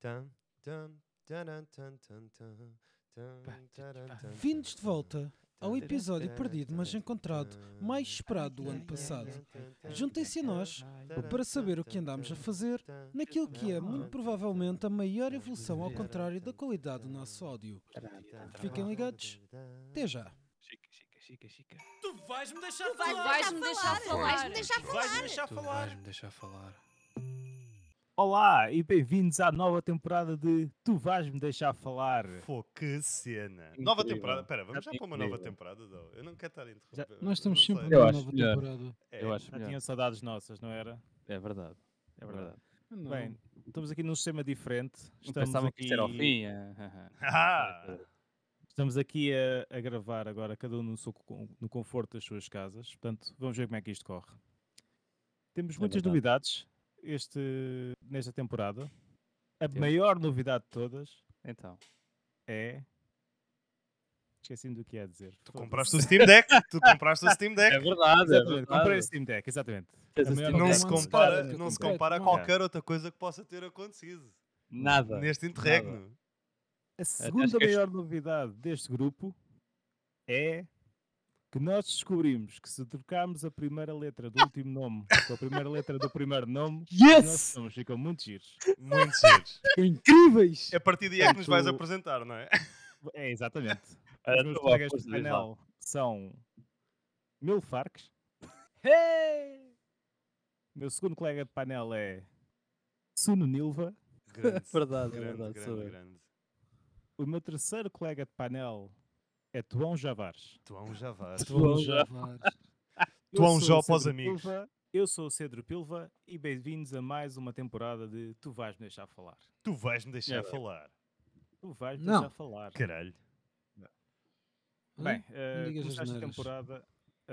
Tan, tan, taran, tan, tan, tan, tan, taran, tan, Vindos de tan, volta ao tan, episódio taran, perdido, mas tan, encontrado, tan, mais esperado do ano passado. Juntem-se a nós para saber o que andámos a fazer naquilo que é, muito provavelmente, a maior evolução ao contrário da qualidade do nosso áudio. Fiquem ligados. Até já. Chica. Tu vais-me deixar Tu vais-me deixar falar. Tu vais-me deixar falar. Olá e bem-vindos à nova temporada de Tu Vais-me Deixar Falar. Pô, que cena! Nova Incrível. temporada. Espera, vamos já para uma nova Incrível. temporada? Não? Eu não quero estar a interromper. Nós estamos Eu não sempre sei. Eu numa acho nova melhor. temporada. Eu acho Já melhor. tinham saudades nossas, não era? É verdade. É verdade. Não. Bem, estamos aqui num sistema diferente. Não Estamos pensava que aqui, isto era ao fim. Ah! estamos aqui a gravar agora, cada um no conforto das suas casas. Portanto, vamos ver como é que isto corre. Temos muitas verdade. novidades nesta temporada. A Temos. maior novidade de todas Então. é... Esqueci-me do que ia dizer. Tu compraste o Steam Deck! Tu compraste o Steam É Deck! verdade. Exatamente, comprei o Steam Deck, exatamente. Tens A o maior Steam Não Deck. se Deck. compara, Concreto, não se concreto, compara a não. qualquer outra coisa que possa ter acontecido Nada. neste interregno. A segunda que és- maior novidade deste grupo é que nós descobrimos que se trocarmos a primeira letra do último nome com a primeira letra do primeiro nome, os nossos nomes ficam muito giros. Muito giros. Incríveis! A partir daí é que nos vais Portanto, apresentar, não é? É, exatamente. Olha, Os meus tu vá, colegas força, de diz lá. painel são Mil Farques. O meu segundo colega de painel é Suno Nilva. Grande, Verdade, é grande, verdade, sou grande, eu. grande. O meu terceiro colega de painel é Tuão Javares. Tuão Javares. Tuão Javares. Eu Tuão sou Jó o para os Cedro amigos. Pilva, eu sou o Cedro Pilva e bem-vindos a mais uma temporada de Tu Vais-me Deixar Falar. Tu vais-me deixar É bem. falar. Tu vais-me Não. deixar falar. Caralho. Bem, Não digas começar esta asneiras. temporada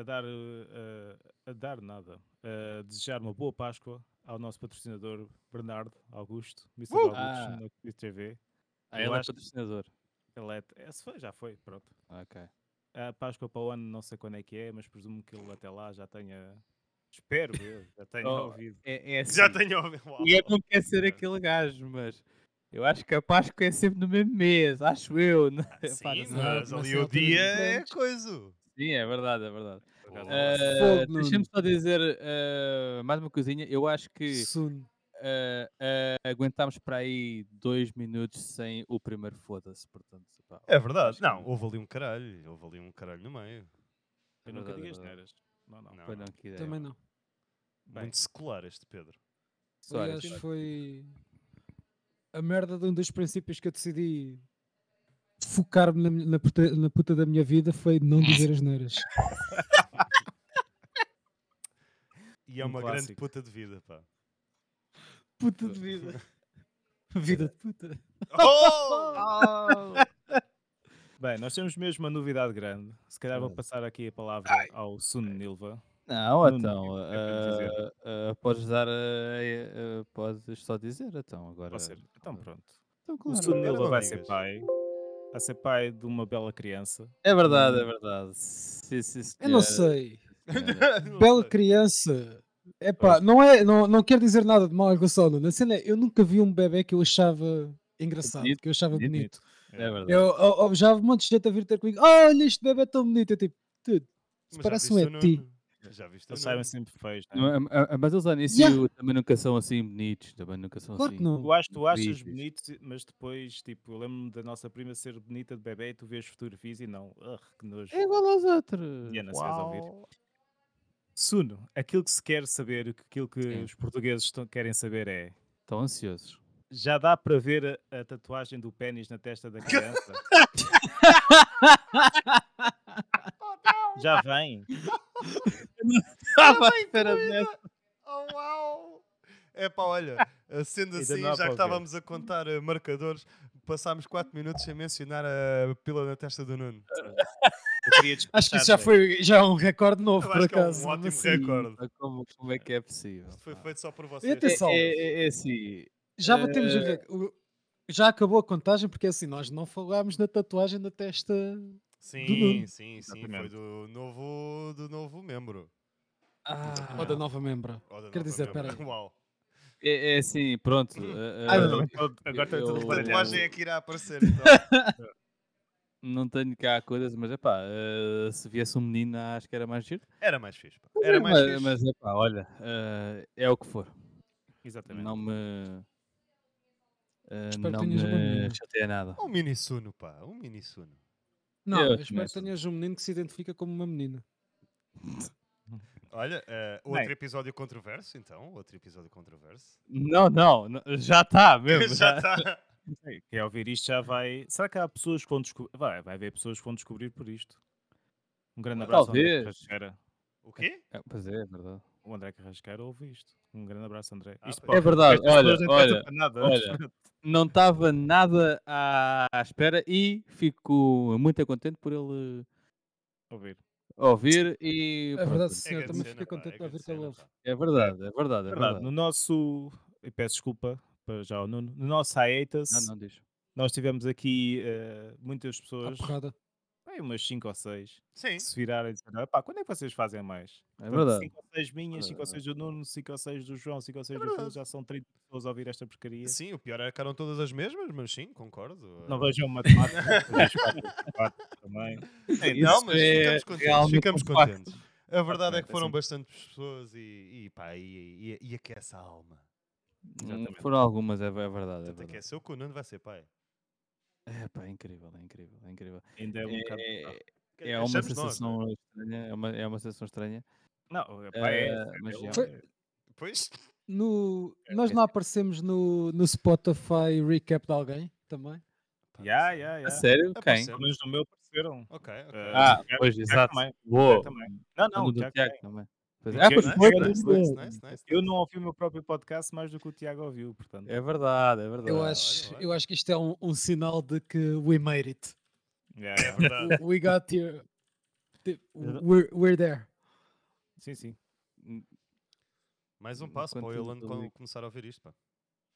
a desejar uma boa Páscoa ao nosso patrocinador Bernardo Augusto, Mr. Augusto Ah. na Quiz TV. Ele Eu é acho que patrocinador. ele já foi, pronto. Ok. A Páscoa para o ano não sei quando é que é, mas presumo que ele até lá já tenha, espero eu, já tenha Oh, ouvido. é assim. Já tenho ouvido. Uau. E eu não quero ser aquele gajo, mas eu acho que a Páscoa é sempre no mesmo mês, acho eu. Né? Sim, não, mas começa ali em o alturas dia é diferentes. coisa. Sim, é verdade, é verdade. Por acaso, Fogo, Nuno. Deixa-me só dizer mais uma coisinha. Eu acho que Sun. aguentámos para aí 2 minutos sem o primeiro foda-se. Portanto, pá, É verdade. acho que Não, houve ali um caralho. Houve ali um caralho no meio. eu nunca verdade, digo é as verdade. neiras. Não. Não, Foi não. não, que ideia. Também não. Bem, Muito secular este Pedro. Soares, Aliás, foi a merda de um dos princípios que eu decidi focar-me na puta da minha vida foi não dizer as neiras. E é Um uma grande clássico. puta de vida, pá. Puta de vida. Vida de puta. Oh! Bem, nós temos mesmo uma novidade grande. Se calhar vou Ah. passar aqui a palavra ao Suno Nilva. Não, Nuno, então, o que é para lhe dizer? podes dar, podes só dizer, então, agora. Pode ser. Então pronto. Então, O claro. Suno Agora Nilva não vai digas. ser pai. Vai ser pai de uma bela criança. É verdade, é verdade. Sim, Eu não senhora, sei. senhora. Não Bela sei. criança. Epá, não quero dizer nada de mal em relação a Nuno. A cena é, eu nunca vi um bebê que eu achava engraçado, Bonito, que eu achava bonito. É verdade. Eu já houve um monte de gente a vir ter comigo. Olha, este bebê é tão bonito. Eu tipo, tudo. Se Mas já parece um viste o ET. Nuno? Já viste o Eles saem Nuno? sempre feios, Não não é? mas eles ao início Yeah. também nunca são assim bonitos. Também nunca são Claro que assim. não. Tu achas incríveis. bonito, mas depois, tipo, eu lembro-me da nossa prima ser bonita de bebê e tu vês fotografias e não. Que nojo. É igual aos outros. Diana, se queres ouvir. Uau. Suno, aquilo que se quer saber, aquilo que Sim. os portugueses querem saber é: Estão ansiosos. já dá para ver a tatuagem do pénis na testa da criança? Já vem. Estava à espera dessa. Oh, uau! É pá, olha, sendo Ainda assim, não há já para que estávamos a contar marcadores, passámos 4 minutos sem mencionar a pila na testa do Nuno. Eu queria Acho que isso despachar já é um recorde novo, Eu por acho que é um acaso. ótimo mesmo assim. recorde. Pá, Como é que é possível? Isto foi pá? feito só por E vocês. atenção, É assim. já batemos o recorde. Já acabou a contagem, porque assim, nós não falámos na tatuagem da testa do Sim, Nuno. sim, sim. Foi Exatamente. do novo membro. Ou da nova membra. Ou da Quer nova dizer, membro. peraí. Uau. É assim, pronto. Agora também estou a A baralhar. tatuagem é que irá aparecer, então. Não tenho cá coisas, mas epá, se viesse um menino, acho que era mais giro. Era mais fixe, pá. Era mais fixe. Mas epá, olha, é o que for. Exatamente. Não me, Espero que não tenhas uma me menina. chateia nada. Um mini Suno, pá. Um mini Suno. Não, Eu eu também espero que sou. tenhas um menino que se identifica como uma menina. Olha, outro Bem. episódio controverso, então. Outro episódio controverso. Não, já está mesmo. Já está. Quem ouvir isto já vai. Será que há pessoas que vão descobrir? Vai haver pessoas que vão descobrir por isto. Um grande Olha, abraço ao André Talvez. Carrasqueira. O quê? Pois é verdade. O André Carrasqueira ouve isto. Um grande abraço, André. Ah, Isto pois É é. para verdade, estas pessoas não interessa para nada. olha, não estava nada à espera e fico muito contente por ele Ouvir. ouvir e É pronto. verdade, olha, senhor. grande Também cena, fiquei pá, contente de grande ouvir que ele cena, ouve. pá. É verdade, é verdade, é Verdade. verdade. No nosso. E peço desculpa para já o Nuno. No nosso Não, hiatus, não diz. nós tivemos aqui muitas À pessoas, porrada. umas 5 ou 6, Sim. que se viraram e disseram: "Pá, quando é que vocês fazem mais?" É Portanto, verdade. 5 ou 6 minhas, 5 ou 6 do Nuno, 5 ou 6 do João, 5 ou 6 do Phil, verdade. já são 30 pessoas a ouvir esta porcaria. Sim, o pior era que eram todas as mesmas, mas sim, concordo. Não vejam matemática, depois 4 também. Não, Isso mas é ficamos contentes. realmente Ficamos um facto. contentes. A verdade é que Exatamente, foram assim. bastantes pessoas e pá, e aquece a alma. Exatamente. Foram algumas, é verdade, é Tanto verdade. aqueceu que o Nuno vai ser pai. É pá, é incrível, é incrível, é incrível. Ainda é um bocado bizarro. É uma Achamos nós, sensação não é? estranha, é uma sensação estranha. Não, pá, Mas já. Foi- Pois. Nós não aparecemos no Spotify recap de alguém também? Pá, não Já, sei. já, A já. sério? Quem? Aparecemos. Pelo menos no meu apareceram. Ok, ok. Pois, O Tiago exato. também. O Boa. Tiago também. Não, No o do Tiago Tiago tem. também. Pois O é. Tiago- Pois o foi, Tiago é Nice, número nice, um. nice, nice, Eu nice. não ouvi o meu próprio podcast mais do que o Tiago ouviu, portanto. É verdade, é Eu verdade. acho, olha, eu olha. acho que isto é um sinal de que we made it. Já, É já. verdade. We got here. Exato. We're there. Sim, sim. Mais um passo para o Quando Elan temos ali- começar a ouvir isto, pá.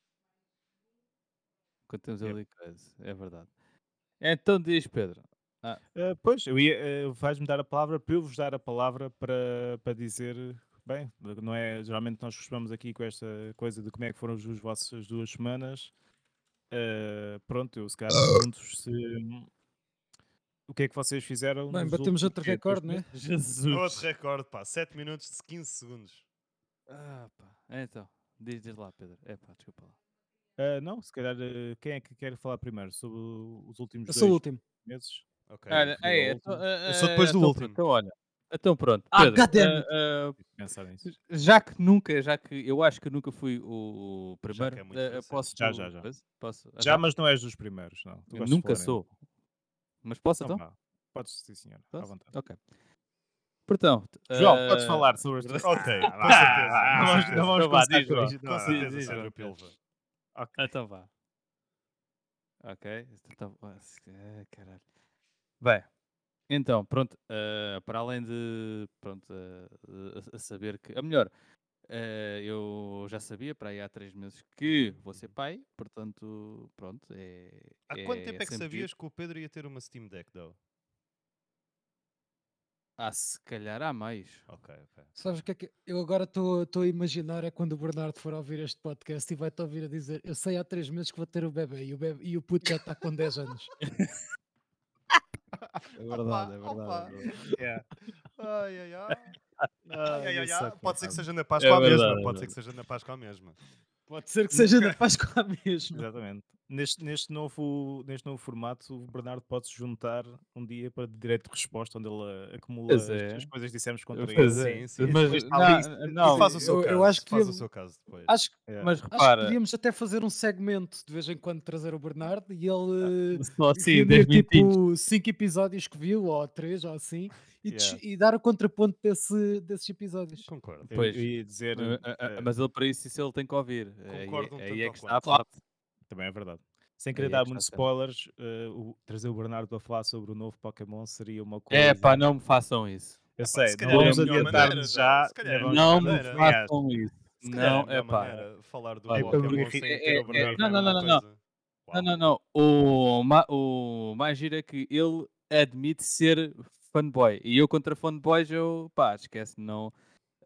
quando temos Yep. ali coisa. É verdade. Então diz, Pedro. Pois, vais-me dar a palavra para eu vos dar a palavra para dizer. Bem, não é? Geralmente nós costumamos aqui com esta coisa de como é que foram as vossas 2 semanas. Pronto, eu se calhar pergunto-vos se. O que é que vocês fizeram Bem, nos batemos últimos outro quê, recorde, 2 né? meses? Jesus. Outro recorde, pá. 7 minutos de 15 segundos. Pá. Então, diz lá, Pedro. Desculpa lá. Não, se calhar quem é que quer falar primeiro sobre os últimos Eu sou o 2 último. meses? Ok. Olha, Phil é o último. Eu sou depois do último. Então, olha. Então, pronto. Ah, Pedro, goddammit! Tive que pensar nisso. já que eu acho que nunca fui o primeiro, que é muito francês. posso. Já. Posso? Já, mas não és dos primeiros, não. Tu Eu gostas de nunca falar em- sou. Mas posso Então então? vá. Podes, sim, senhora. À Posso? vontade. Ok. Portanto, João, podes falar sobre as tuas... Ok, com certeza, com Não certeza. vamos Então vá, começar diz, com João. isto. Com certeza, diz, Sandro João. Pilva. Ok. Então vá. Ok. Caralho. Bem, então, pronto. Para além de. Pronto, a saber que. A melhor. Eu já sabia para aí há 3 meses que vou ser pai, portanto, pronto. Há quanto tempo é que sempre sabias giro. que o Pedro ia ter uma Steam Deck, though? Se calhar há mais. Ok, ok. Sabes o que é que eu agora estou a imaginar é quando o Bernardo for ouvir este podcast e vai-te ouvir a dizer eu sei há 3 meses que vou ter o bebê e o puto já está com 10 anos. É verdade, é verdade. É verdade. Yeah. Ai, ai, ai. Ai, ai, ai, eu sou ai. Pode ser que coitado. seja na Páscoa à verdade, mesma. é Pode ser verdade. que seja na Páscoa à mesma. Pode ser que seja na Páscoa mesmo. Exatamente. Neste novo formato, o Bernardo pode se juntar um dia para direito de resposta, onde ele acumula Pois as é. coisas que dissemos contra Pois ele. é. Sim, sim. Mas, Depois está ali. não, E faz o seu eu caso. acho que Faz o devia- seu caso depois. Acho, Yeah. mas acho que repara, podíamos até fazer um segmento de vez em quando trazer o Bernardo e ele só assim, reunir 10 minutinhos. tipo 5 episódios que viu, ou 3 ou assim, Yeah. e dar o contraponto desses episódios. Concordo. Pois. Eu ia dizer. Mas ele para isso ele tem que ouvir. Concordo um Aí tanto é ou que está a quanto. parte. Também é verdade. Sem querer Aí é dar que muitos está certo. spoilers, trazer o Bernardo para falar sobre o novo Pokémon seria uma É coisa. pá, não me façam isso. Eu Epá, sei, se não calhar é a vamos melhor adiantar-nos maneira, já. se calhar é a ainda melhor vamos Não me maneira. Aliás, façam isso. Se calhar é a Não, melhor é pá. maneira falar do Olha, Pokémon porque- sem ter o Bernardo não, na mesma não. coisa. Não. O mais giro é que ele admite ser fanboy. E eu contra fanboys, pá, esquece, não.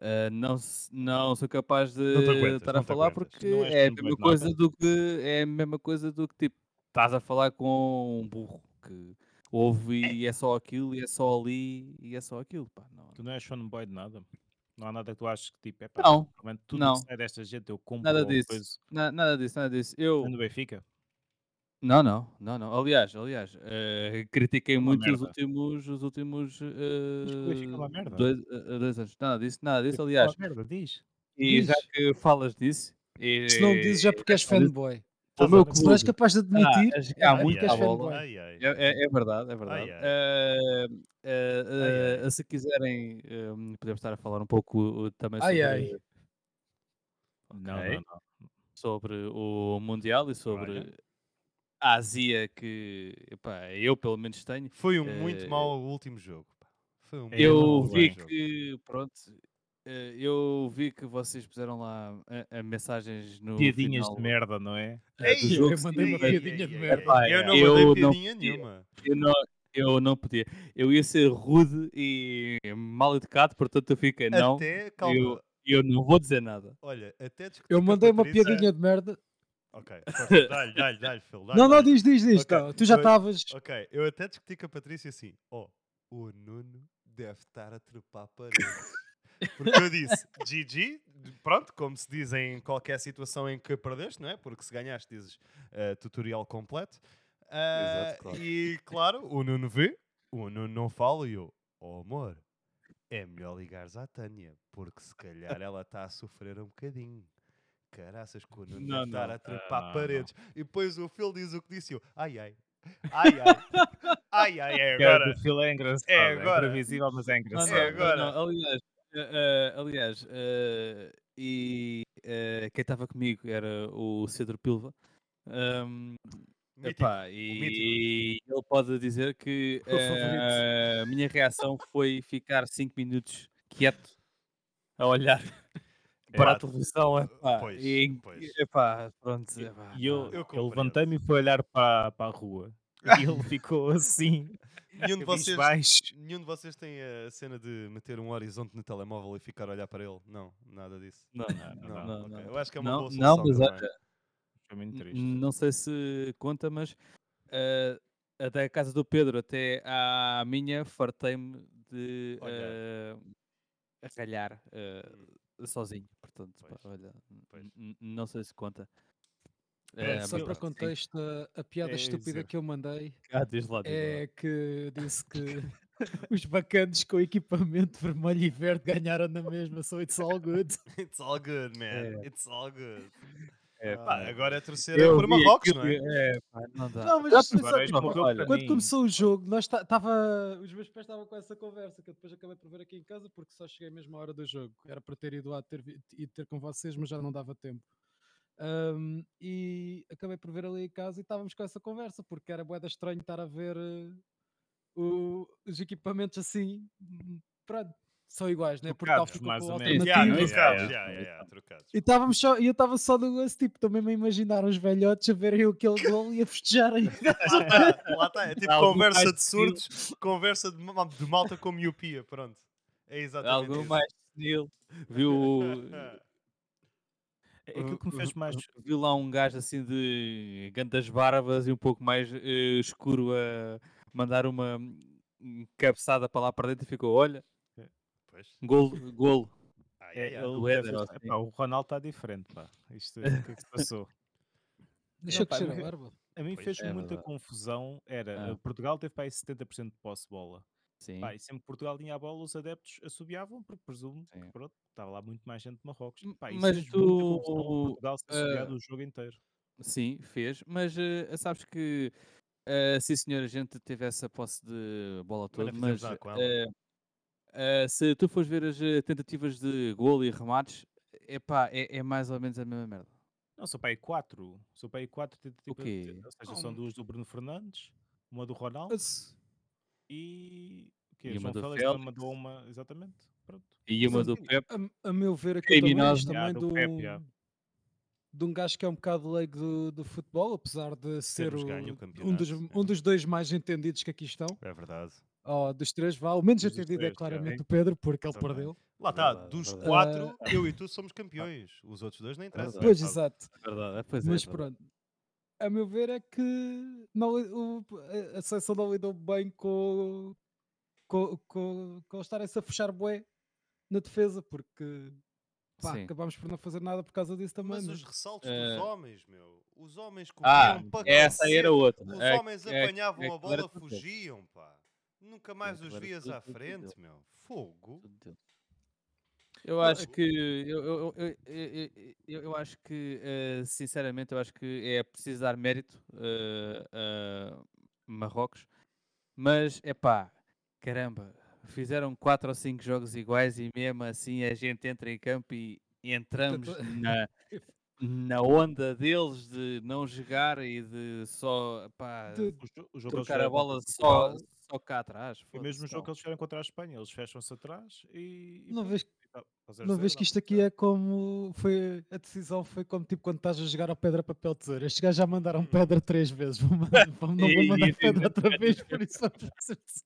não sou capaz Não te de aguentas, estar a não te falar aguentas. porque Não és é a fanboy mesma de nada? coisa do que tipo, estás a falar com um burro que ouve e é só aquilo, e é só ali, e é só aquilo, pá, não. Tu não és fanboy de nada? Não há nada que tu achas que tipo, epá, Não, realmente tudo o que não, sai desta gente eu compro nada ou disso, coisa. nada disso, nada disso. Nem do Benfica? Não. Aliás, critiquei É uma muito merda. os últimos Diz que o Benfica é uma merda. 2 anos. Nada O disso, Benfica é uma aliás. merda, diz. E já Diz. que falas disso, Se não dizes é porque já és que falas disso, fanboy. o Estás a meu ver? Se não és clube capaz de está admitir, a é jogar Ai, porque muito és à ai. bola. fanboy. Ai, ai. É verdade, é Ai, verdade. ai. Ai, ai. Se quiserem, podemos estar a falar um pouco também Ai, ai. Não, ok, não, não. sobre o Mundial e Olha. sobre a azia que, epá, eu pelo menos tenho. Foi um muito Eh, mau último jogo. Pá. Foi um Aí, muito muito eu mau último vi bem. jogo. que, pronto, eu vi que vocês puseram lá mensagens no Piadinhas de final merda, não é? do Ei, jogo, Eu mandei sim, uma ei, mas ei, piadinha ei, de ei, merda. ei. epá, Eu não mandei eu não piadinha podia. nenhuma. Eu não podia. Eu ia ser rude e mal educado, portanto eu fiquei, não, Até, eu, calma. eu não vou dizer nada. Olha, até discuti Eu com a mandei uma Patrícia. piadinha de merda. Ok, força. Dá-lhe, Phil. Não, não, Dá-lhe. diz. Ok. Não, tu já estavas. Ok, eu até discuti com a Patrícia assim: o Nuno deve estar a trepar paredes. Porque eu disse GG, pronto, como se diz em qualquer situação em que perdeste, não é? Porque se ganhaste, dizes tutorial completo. Exato, claro. E claro, o Nuno vê, o Nuno não fala e eu, amor, é melhor ligares à Tânia, porque se calhar ela está a sofrer um bocadinho. Caraças, que o Nuno deve Não, estar não. a trepar Não, não. paredes. E depois o Phil diz o que disse e eu, ai ai, ai ai, ai ai, é A cara do agora, Phil é é engraçada. É agora, previsível, mas é é engraçada. agora. Quem estava comigo era o Cedro Pilva. Ahm, Mítico, epá, o mítico. e ele pode dizer que O favorito. a minha reação foi ficar 5 minutos quieto a olhar para a É. Pá, televisão, epá, pois, pois. epá, pronto, E epá, e não, Eu eu compreendo. levantei-me e fui olhar para a rua. E ele ficou assim, Nenhum de vocês, cabisbaixo. nenhum de vocês tem a cena de meter um horizonte no telemóvel e ficar a olhar para ele? Não, nada disso. não, Não, não, Não, não. não, ok. não, Eu acho que é uma não, boa não, solução mas também. olha, Foi muito triste. não sei se conta, mas eh, até a casa do Pedro, até à minha, fartei-me de Olhar. ralhar Hum, sozinho. Portanto, pá, pois, olha, pois. não sei se conta. Pronto, Só Mas eu para pronto, sim. contexto, a piada é estúpida dizer. que eu mandei Diz lá, diz lá. é que disse que os bacanos com equipamento vermelho e verde ganharam na mesma, so it's all good. It's all good, man. É, It's all good. Pá, pá, Ah, agora é torcer eu por vi Marrocos, aquilo não e é? pá, não dá. Não, Já mas pensei, agora isto sabe, morreu para olha, quando mim. começou o jogo, nós os meus pais estavam com essa conversa que eu depois acabei por ver aqui em casa porque só cheguei mesmo à hora do jogo. Era para ter ido lá ido ter com vocês, mas já não dava tempo. E acabei por ver ali em casa e estávamos com essa conversa porque era bué da estranho estar a ver os equipamentos assim, pronto, são iguais, né? Portugal Trocados, ficou com mais a ou sim, menos. Já, sim, alternativa. isso trocados, são, já, isso já, são. trocados. E estávamos só, e eu estava só no lance, tipo, também me a imaginar os velhotes a verem aquele gol e a festejarem. Lá está. É tipo Algo mais conversa de senil, surdos, conversa de malta com miopia, pronto. É exatamente algo isso. mais senil. Viu, É aquilo que me fez mais. viu lá um gajo assim de grandes barbas e um pouco mais escuro a mandar uma cabeçada para lá para dentro e ficou, olha, Pois. golo Ai, ai, É, ai. do ele deve Éder, ou epá, assim. o Ronaldo está diferente, pá. Isto, o que é que se passou? Deixa Não, eu pá, crescer a barba. a mim Pois. fez É muita verdade. confusão. Era, Ah, Portugal teve para aí 70% de posse de bola. sim, Pá, e sempre que Portugal tinha a bola, os adeptos assobiavam, porque presumo que sim. pronto, estava lá muito mais gente de Marrocos. Pá, isso Mas fez muita confusão tu, Portugal se assobiar ah, do jogo inteiro. sim, fez, mas sabes que, sim senhor, a gente teve essa posse de bola Mas não toda, fizemos mas nada com ela. se tu fores ver as tentativas de golo e remates, epá, é mais ou menos a mesma merda. Não, sou para aí 4. Sou para aí 4 O tentativas. quê? Ou seja, são Não, duas do Bruno Fernandes, uma do Ronaldo mas, e. O quê? E uma João do Félix também Félix, mandou uma. Exatamente. Pronto. e Isso uma mas do assim. Pep, a meu ver, aquilo também diz criminosa. Já, também do Pepe, já. de um gajo que é um bocado leigo do futebol, apesar de ser Termos ganho o um campeonato. dos dois mais entendidos que aqui estão. É verdade. dos três, vá. O menos Dos atendido é três, já. claramente o Pedro, porque ele Também. perdeu. Lá está, Verdade, dos verdade. 4, eu e tu somos campeões. Os outros dois nem interessam. Verdade. Pois, sabe? exato. Verdade, pois é, Mas verdade. pronto. A meu ver é que não, a seleção não lidou bem com eles estarem-se a fechar bué na defesa, porque pá, Sim. acabámos por não fazer nada por causa disso também. Mas né? os ressaltos dos Eh, homens, meu. Os homens Ah, corriam para essa aí era cacete. outra. Os É, homens é, apanhavam a aquilo era bola, tudo deles. fugiam, pá. Nunca mais os Aquilo era vias tudo, à tudo frente, deles. meu. Fogo. Tudo deles. Eu Não, acho que eu acho que sinceramente eu acho que é preciso dar mérito a Marrocos, mas é pá, caramba, fizeram 4 ou 5 jogos iguais e mesmo assim a gente entra em campo e entramos na onda deles de não jogar e de só pá, de- O jogo que eles trocar a fizeram contra bola Portugal só cá atrás. foi o mesmo Foda-se, jogo que não. eles fizeram contra a Espanha. Eles fecham-se atrás e não pronto. vês, E tá, ao 0-0, não vês que dá isto para aqui jogar. é como foi a decisão foi como tipo quando estás a jogar ao pedra, papel, tesoura. Estes gajos já mandaram pedra 3 vezes, não vão mandar pedra outra vez, por isso vamos fazer assim.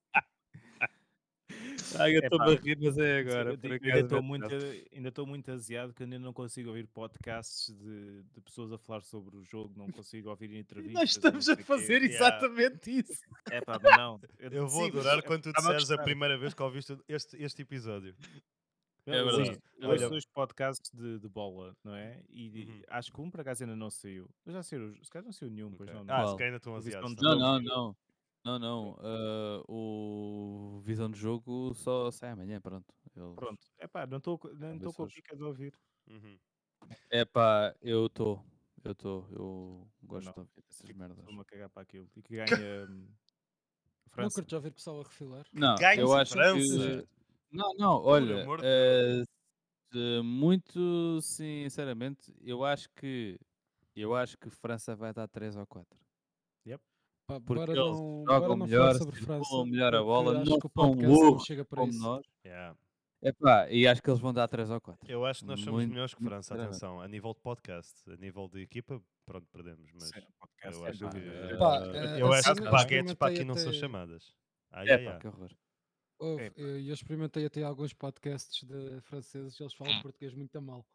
Eu estou-me Epá, a rir, mas é eu agora, digo, por eu acaso. ainda estou muito aziado que eu ainda não consigo ouvir podcasts de pessoas a falar sobre o jogo, não consigo ouvir E entrevistas nós e não estamos a sei o quê. fazer Yeah. exatamente isso. Epá, mas não. Eu vou Sim, mas adorar quando tu está-me a disseres a gostar. primeira vez que ouviste este episódio. É Eu verdade. ouço, É eu ouço Olha, dois podcasts de bola, não é? E uhum, acho que um por acaso ainda não saiu. Mas já saiu, se calhar não saiu nenhum, pois ok. não, não. Se Qual? calhar ainda estão O Visão aziados de Não, também. Jogo. não, não. Não, não. Pronto. O Visão de Jogo só sai amanhã, pronto. Eles Pronto. Epá, não estou vão ver com a hoje. pica de ouvir. Uhum. É pá, eu estou. Eu Eu gosto não. de ouvir essas merdas. Estou-me a cagar para aquilo. E que ganha Não França. curto já ouvir pessoal a refilar. Não, Ganhe eu acho França! que. Não, Por olha, amor de Deus. muito sinceramente, eu acho que França vai dar 3 ou 4. Yep. Pá, Porque bora eles bora jogam não falar melhor, sobre circulam França, melhor a porque bola, acho não que o são podcast não burros chega para como isso. nós. Yeah. Epá, e acho que eles vão dar 3 ou 4. Eu acho que nós somos Muito, melhores que muito França, sinceramente. atenção. A nível de podcast, a nível de equipa, pronto, perdemos. Mas Sim, podcast, eu sem acho dúvida. que, Pá, eu a acho que cena, eu baguetes para experimentei aqui não são até. chamadas. Ai, É ai, pá, ai. que horror. Epá. Eu experimentei até alguns podcasts de franceses, eles falam português muito a mal.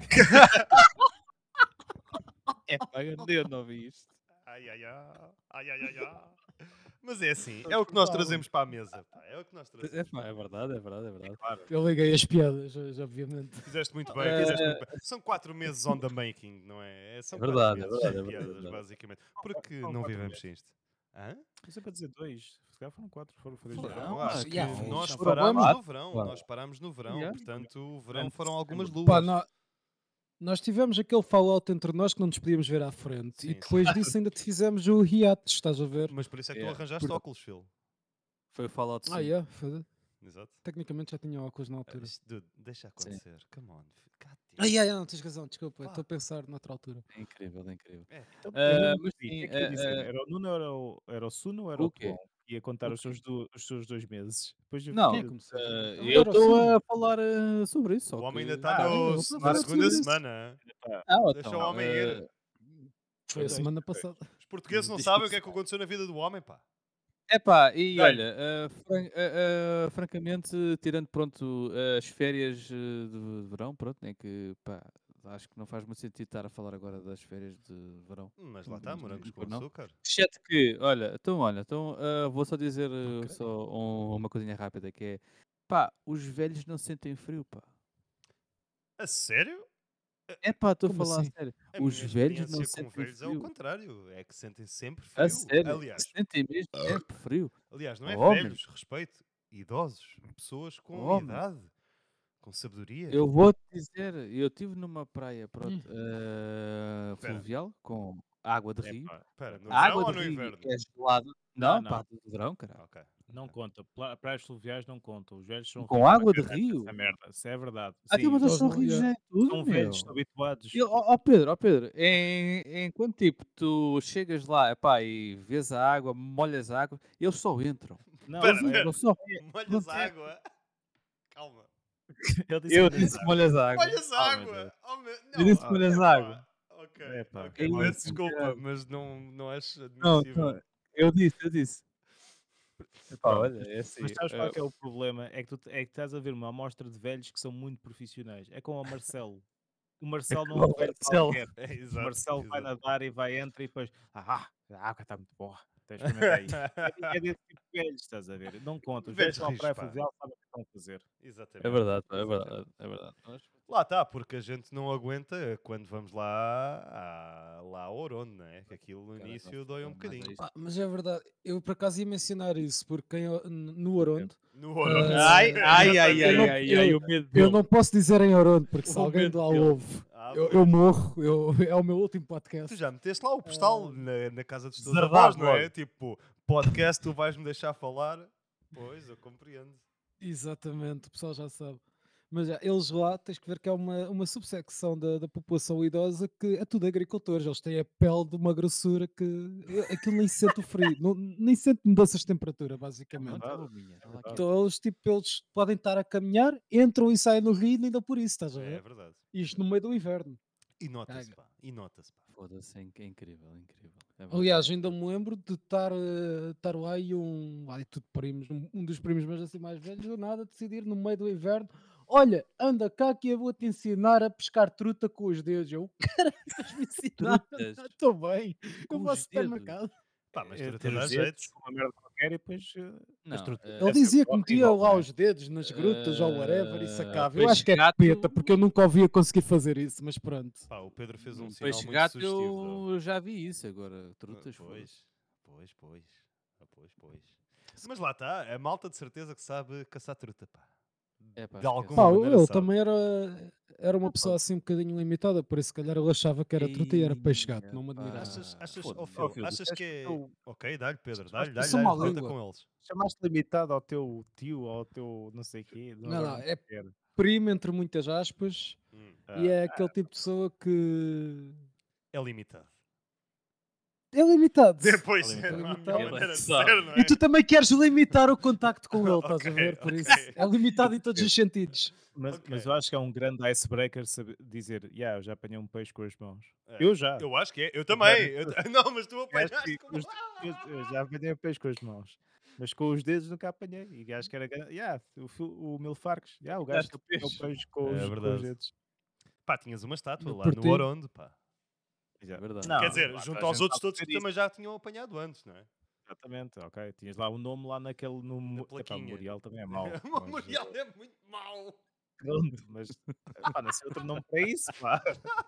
É pá, eu não vi isto. Ai, ai, ai. Ai, ai, ai, ai. Mas é assim, é o que nós trazemos para a mesa. Pá. É o que nós É trazemos. pá, é verdade, é verdade, é verdade. Claro. Eu liguei as piadas, obviamente. Fizeste muito bem, Eh, fizeste muito bem. São 4 meses on the making, não é? São É 4 verdade, é meses verdade, de é verdade, é piadas, verdade. basicamente. Porque Foram não 4 vivemos meses. sem isto. Hã? Eu sempre a dizer 2. Se calhar foram 4. Foram desde Foram, já. Não, acho acho que yeah, que nós já foram parámos quatro, no verão. pá. Nós parámos no verão, Yeah. portanto o verão Antes de foram algumas setembro. Pá, luas. nós tivemos aquele fallout entre nós que não nos podíamos ver à frente. Sim, E sim. depois disso ainda te fizemos o hiatus, estás a ver? Mas por isso é que tu Yeah. arranjaste Por- óculos, Phil. Foi o Fallout 5. Yeah, foda. Exato. Tecnicamente já tinha óculos na altura. Dude, deixa Sim. acontecer. Come on. Não tens razão, desculpa. Vá. Estou a pensar noutra altura. É incrível, é incrível. É. Então, Ah, eu não mas percebi. O sim, que é que ia dizer? Era o Nuno, era o Suno ou era o o quê? Toão? Ia contar O os quê? seus 2 meses. Depois eu Não, Quem é fiquei. que começou? eu Era o estou Suno. a falar sobre isso. O Só homem ainda que. está ele está a na falar segunda sobre isso. semana. Pá, Deixa Então, o homem ir. Foi a Dois, semana dois. passada. Os portugueses não Diz sabem o isso. que é que aconteceu na vida do homem, pá. Epá, e Dá-lhe. olha, francamente, tirando pronto as férias de verão, pronto, nem que pá, acho que não faz muito sentido estar a falar agora das férias de verão. Mas lá está, morangos com Não. açúcar. Exceto que, olha, vou só dizer Ok. só uma coisinha rápida que é, pá, os velhos não sentem frio, pá. A sério? É pá, estou a Como falar a assim? sério. A Os minha velhos não experiência com sentem velhos é o frio. contrário. É que sentem sempre A frio. sério, Aliás, sentem mesmo sempre frio. não é Homem. velhos, respeito. Idosos. Pessoas com Homem. idade. Com sabedoria. Eu vou-te dizer, eu estive numa praia pronto, Espera. fluvial com água de rio. Epá, Espera, no A verão água ou de no rio inverno? é gelada. Não, Não, não. pá, do verão, caralho. Ok. não conta. Praias fluviais não contam. Os velhos são Com rios para água de caralho rio? nessa merda. Isso é verdade. Ah, então, Sim, mas eles Eles são não- rios yeah. em tudo, são meu. velhos, estão habituados. Ó Pedro, enquanto tipo, tu chegas lá epá, e vês a água, molhas a água, eles só entram. Não, Espera, Eles entram só. Molhas a água. Calma. ele disse Eu molhas disse água. molhas a água. Molhas a Oh, meu água. Deus. Oh, meu... Eu disse Não, molhas a epá. água. Ok, Epá. ok. Ei, Peço desculpa, caralho. mas não acho Não, admissível. não, eu disse. Pá, Pronto, olha, é assim. mas sabes qual é que é o problema? É que estás a ver uma amostra de velhos que são muito profissionais. É com o Marcelo. O Marcelo não é um velho Marcelo. qualquer. É, O exato, Marcelo vai exato. nadar e vai, entra e depois, a água está muito boa. Então experimenta aí. É desse tipo de velhos, estás a ver? Não conta. Os velhos Velhos estão à rijos, praia pá. fluvial, sabem o que estão a fazer. É Exatamente. verdade, pá, é exatamente. verdade, é verdade. Mas, Lá está, porque a gente não aguenta quando vamos lá ao Orondo, não é? Que aquilo no cara, início nossa, dói um mas é bocadinho. isto. Mas é verdade, eu por acaso ia mencionar isso, porque no Orondo, No Orondo. Ai, ai, ai, eu, ai, não, ai, ai, eu, o medo eu dele. não posso dizer em Orondo, porque se O alguém de medo lá dele. ouve, Ah, eu pois. morro, é o meu último Tu podcast. já meteste lá o postal na casa dos teus Deserdado avós, não é? logo. Tipo, podcast, tu vais-me deixar falar. Pois, eu compreendo. Exatamente, o pessoal já sabe. Mas já, eles lá, tens que ver que é uma subsecção da população idosa que é tudo agricultores. Eles têm a pele de uma grossura que aquilo nem sente o frio, nem sente mudanças de temperatura, basicamente. Pronto, é o minha. Está lá verdade. quieto. Então eles podem estar a caminhar, entram e saem no rio, ainda por isso, estás a É ver? verdade. Isto no meio do inverno. E nota-se, Caga. pá. E nota-se, pá. Foda-se, é incrível, incrível. É Aliás, verdade. ainda me lembro de estar lá e tudo primos, um dos primos meus assim mais velhos, do nada, decidir no meio do inverno: olha, anda cá que eu vou-te ensinar a pescar truta com os dedos. Eu, cara, vais-me ensinar? Trutas Estou bem, eu com vou ao os dedos. supermercado. Pá, mas É, truta ter dá os jeito. dedos, uma merda qualquer e depois as Não, trutas. Ele Deve ser dizia que metia horrível, lá não é? os dedos nas grutas ou whatever e sacava. Eu acho peixe que é gato, peta, porque eu nunca ouvia conseguir fazer isso, mas pronto. Pá, o Pedro fez um sinal peixe muito gato sugestivo, eu já vi isso agora. Trutas, foda-se. Pois. Pois. Mas lá está, a malta de certeza que sabe caçar truta, pá. É pá, De esquece. alguma Pá, maneira ele sabe. também era uma pessoa assim um bocadinho limitada, por isso se calhar ele achava que era truta e era peixe gato, não me admirava. Achas, Foda-se. Phil, Phil, achas que disseste que é... o teu- Ok, dá-lhe, Pedro, chamaste- Eu sou mau conta língua. com eles. chamaste limitado ao teu tio ou ao teu não sei quê. Não, Agora não, não é quero. primo entre muitas aspas e é aquele tipo de pessoa que É limitado. é limitado. Depois, limitado. não há Limitado. melhor Ele maneira de sabe. ser, não E é? tu também queres limitar o contacto com ele, estás a Ok, ver? Por ok. isso é limitado em todos os sentidos. Mas Ok. eu acho que é um grande icebreaker dizer, eu já apanhei um peixe com as mãos. É, Eu já. Eu acho que é. Eu Já também. disse- Não, mas tu Acho apanhaste que como... eu já apanhei um peixe com as mãos. Mas com os dedos nunca apanhei. E acho que era. O Milfarques. O gajo que Daste apanhou o peixe. peixe com É os verdade. dedos. Pá, tinhas uma estátua No lá no Porto. Orondo, pá. É verdade. Quer dizer, lá junto toda a aos gente outros sabe todos que fazer isso. também já tinham apanhado antes, não é? Exatamente, ok. Tinhas lá o nome lá naquele. Na Epá, o plaquinha. memorial também é mau. O memorial é muito mau. Pronto, mas pá, não sei outro nome para isso, pá.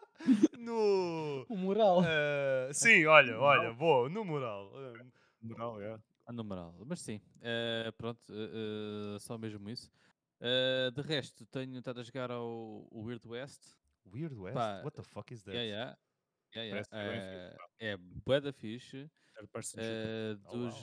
No... O moral. sim, olha, boa, no mural. Moral, é. A numeral. Mas sim, pronto, só mesmo isso. De resto, tenho estado a jogar ao Weird West. Weird West? Pá, What the fuck is that? yeah. Parece ser bem fixe, pá. É bué da fixe. Third person shooter. Oh, wow.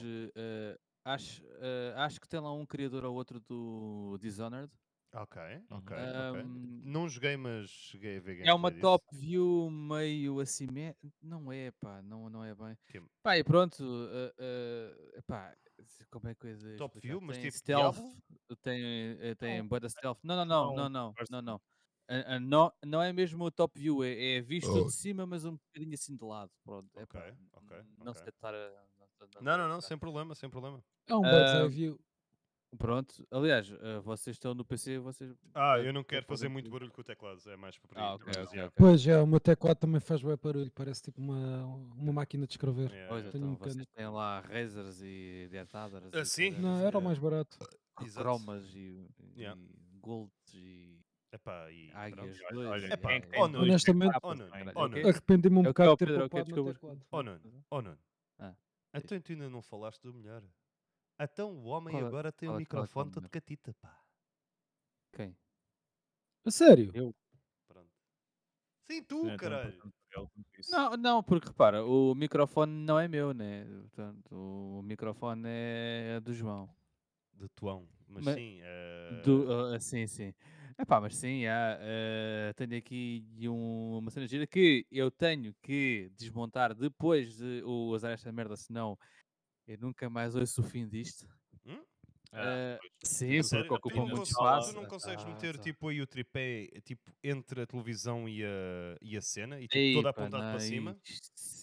Acho que tem lá um criador ou outro do Dishonored. Ok. Ahm, Não joguei, mas cheguei a ver É uma gameplay top view meio assim, não é, pá, não é bem. Que- Pá, e pronto, pá, como é que eu ia Top explicar? view, mas Tem tipo stealth, Diablo? tem bué da stealth. Não, Não, não. Não é mesmo o top view, é visto de cima, mas um bocadinho assim de lado. Pronto, é Ok, pá, ok, não ok. sei estar Não, sem problema, sem problema. É um bird's eye Ah, view. Pronto, aliás, vocês estão no PC, vocês. Eu não quero fazer podem muito pedir. barulho com o teclado, é mais para aí. Ok, Mas, ok, yeah. ok. Pois é, o meu teclado também faz bué barulho, parece tipo uma máquina de escrever. Yeah, Pois, yeah. Tenho um então, vocês mecânico. têm lá Razers e Dentaders Ah, e sim? caraças, Não, era o mais barato. Exato. cromas e Yeah. golds e Epá, e águias pronto. 2 olha, e Epá, quem águias tem Nuno, dois Honestamente, teclados, Nuno, caralho. É o quê? arrependi-me um É o que bocado é de o ter Pedro, é o que poupado no desculpa? teclado. Nuno. Ah, Então tu ainda não falaste do melhor. Então o homem Qual é- agora tem o qual é que é o microfone todo melhor? catita, pá. Quem? A sério? Eu? Pronto. Sim, Não tu, é tão caralho. importante para ele quanto isso. Não, porque repara, o microfone não é meu, né? Portanto, o microfone é do João. De tuão. Mas Ma- sim, sim. Epá, mas sim, tenho aqui uma cena gira que eu tenho que desmontar depois de usar esta merda, senão eu nunca mais ouço o fim disto. Hum? Sim, A porque sério? ocupa na muito sala, espaço. Tu não consegues Tá, meter tá. tipo aí o tripé tipo, entre a televisão e a cena e tipo Ei, todo pá, apontado para cima?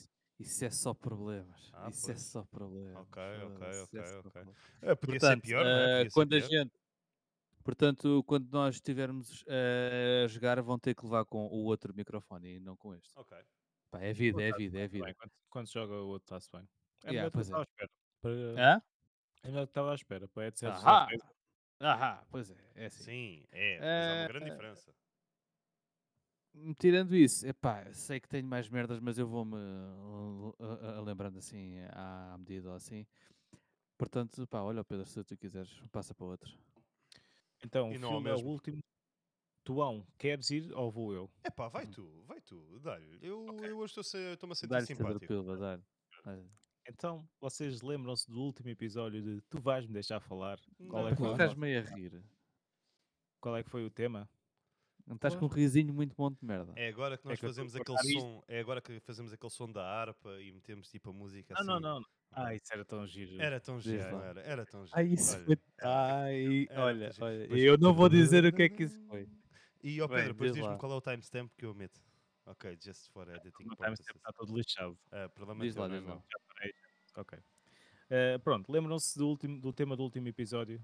Isso é só problemas. Ah, Isso é pois. só problemas. Ok, ok, Foda-se, ok, é só ok. problemas. Podia ser Portanto, pior, não é? Podia ser quando a pior. gente, portanto, quando nós estivermos a jogar, vão ter que levar com o outro microfone e não com este. Ok. Pá, é vida, é Está-se vida, bem, é tá bem. vida. Quando se joga o outro, está-se bem. É Yeah, melhor do que eu pois estava é. à espera. Para... Hã? É melhor do que estava à espera. Para headsets da Ahá! Razer. Ahá! Pois é assim. Sim, mas há uma Ah, grande diferença. tirando isso, epá, sei que tenho mais merdas, mas eu vou-me lembrando assim à medida ou assim. Portanto, pá, olha, Pedro, se tu quiseres, passa para outro. Então, E o não ao filme é o mesmo. último. Tuão, queres ir ou vou eu? Vai tu, dá-lhe. Eu hoje estou-me a sentir Dá-lhe Pedro simpático. Pilva, dá-lhe. Dá-lhe. Então, vocês lembram-se do último episódio de Tu vais-me deixar falar? Qual é Não. que foi o Claro. Estás nosso... meio a rir. Qual é que foi o tema? Não estás com um Claro. risinho muito bom de merda. É agora que É nós que eu estou fazemos a aquele cortar isto. som. É agora que fazemos aquele som da harpa e metemos tipo a música assim. Não. Ah, Ok. isso era tão giro. Era tão Diz giro, não lá. era? Era tão giro. Ai, isso Olha, foi. era- Ai, era muito olha, giro. olha. Depois- Eu não vou dizer o que é que isso foi. E ó Pedro, Bem, depois diz diz-me lá. qual é o timestamp que eu meto. Ok, just for editing O timestamp purposes. está todo lixado. Problema Diz teu, lá, não é diz lá. meu? Já parei. Ok. Pronto, lembram-se do tema do último episódio?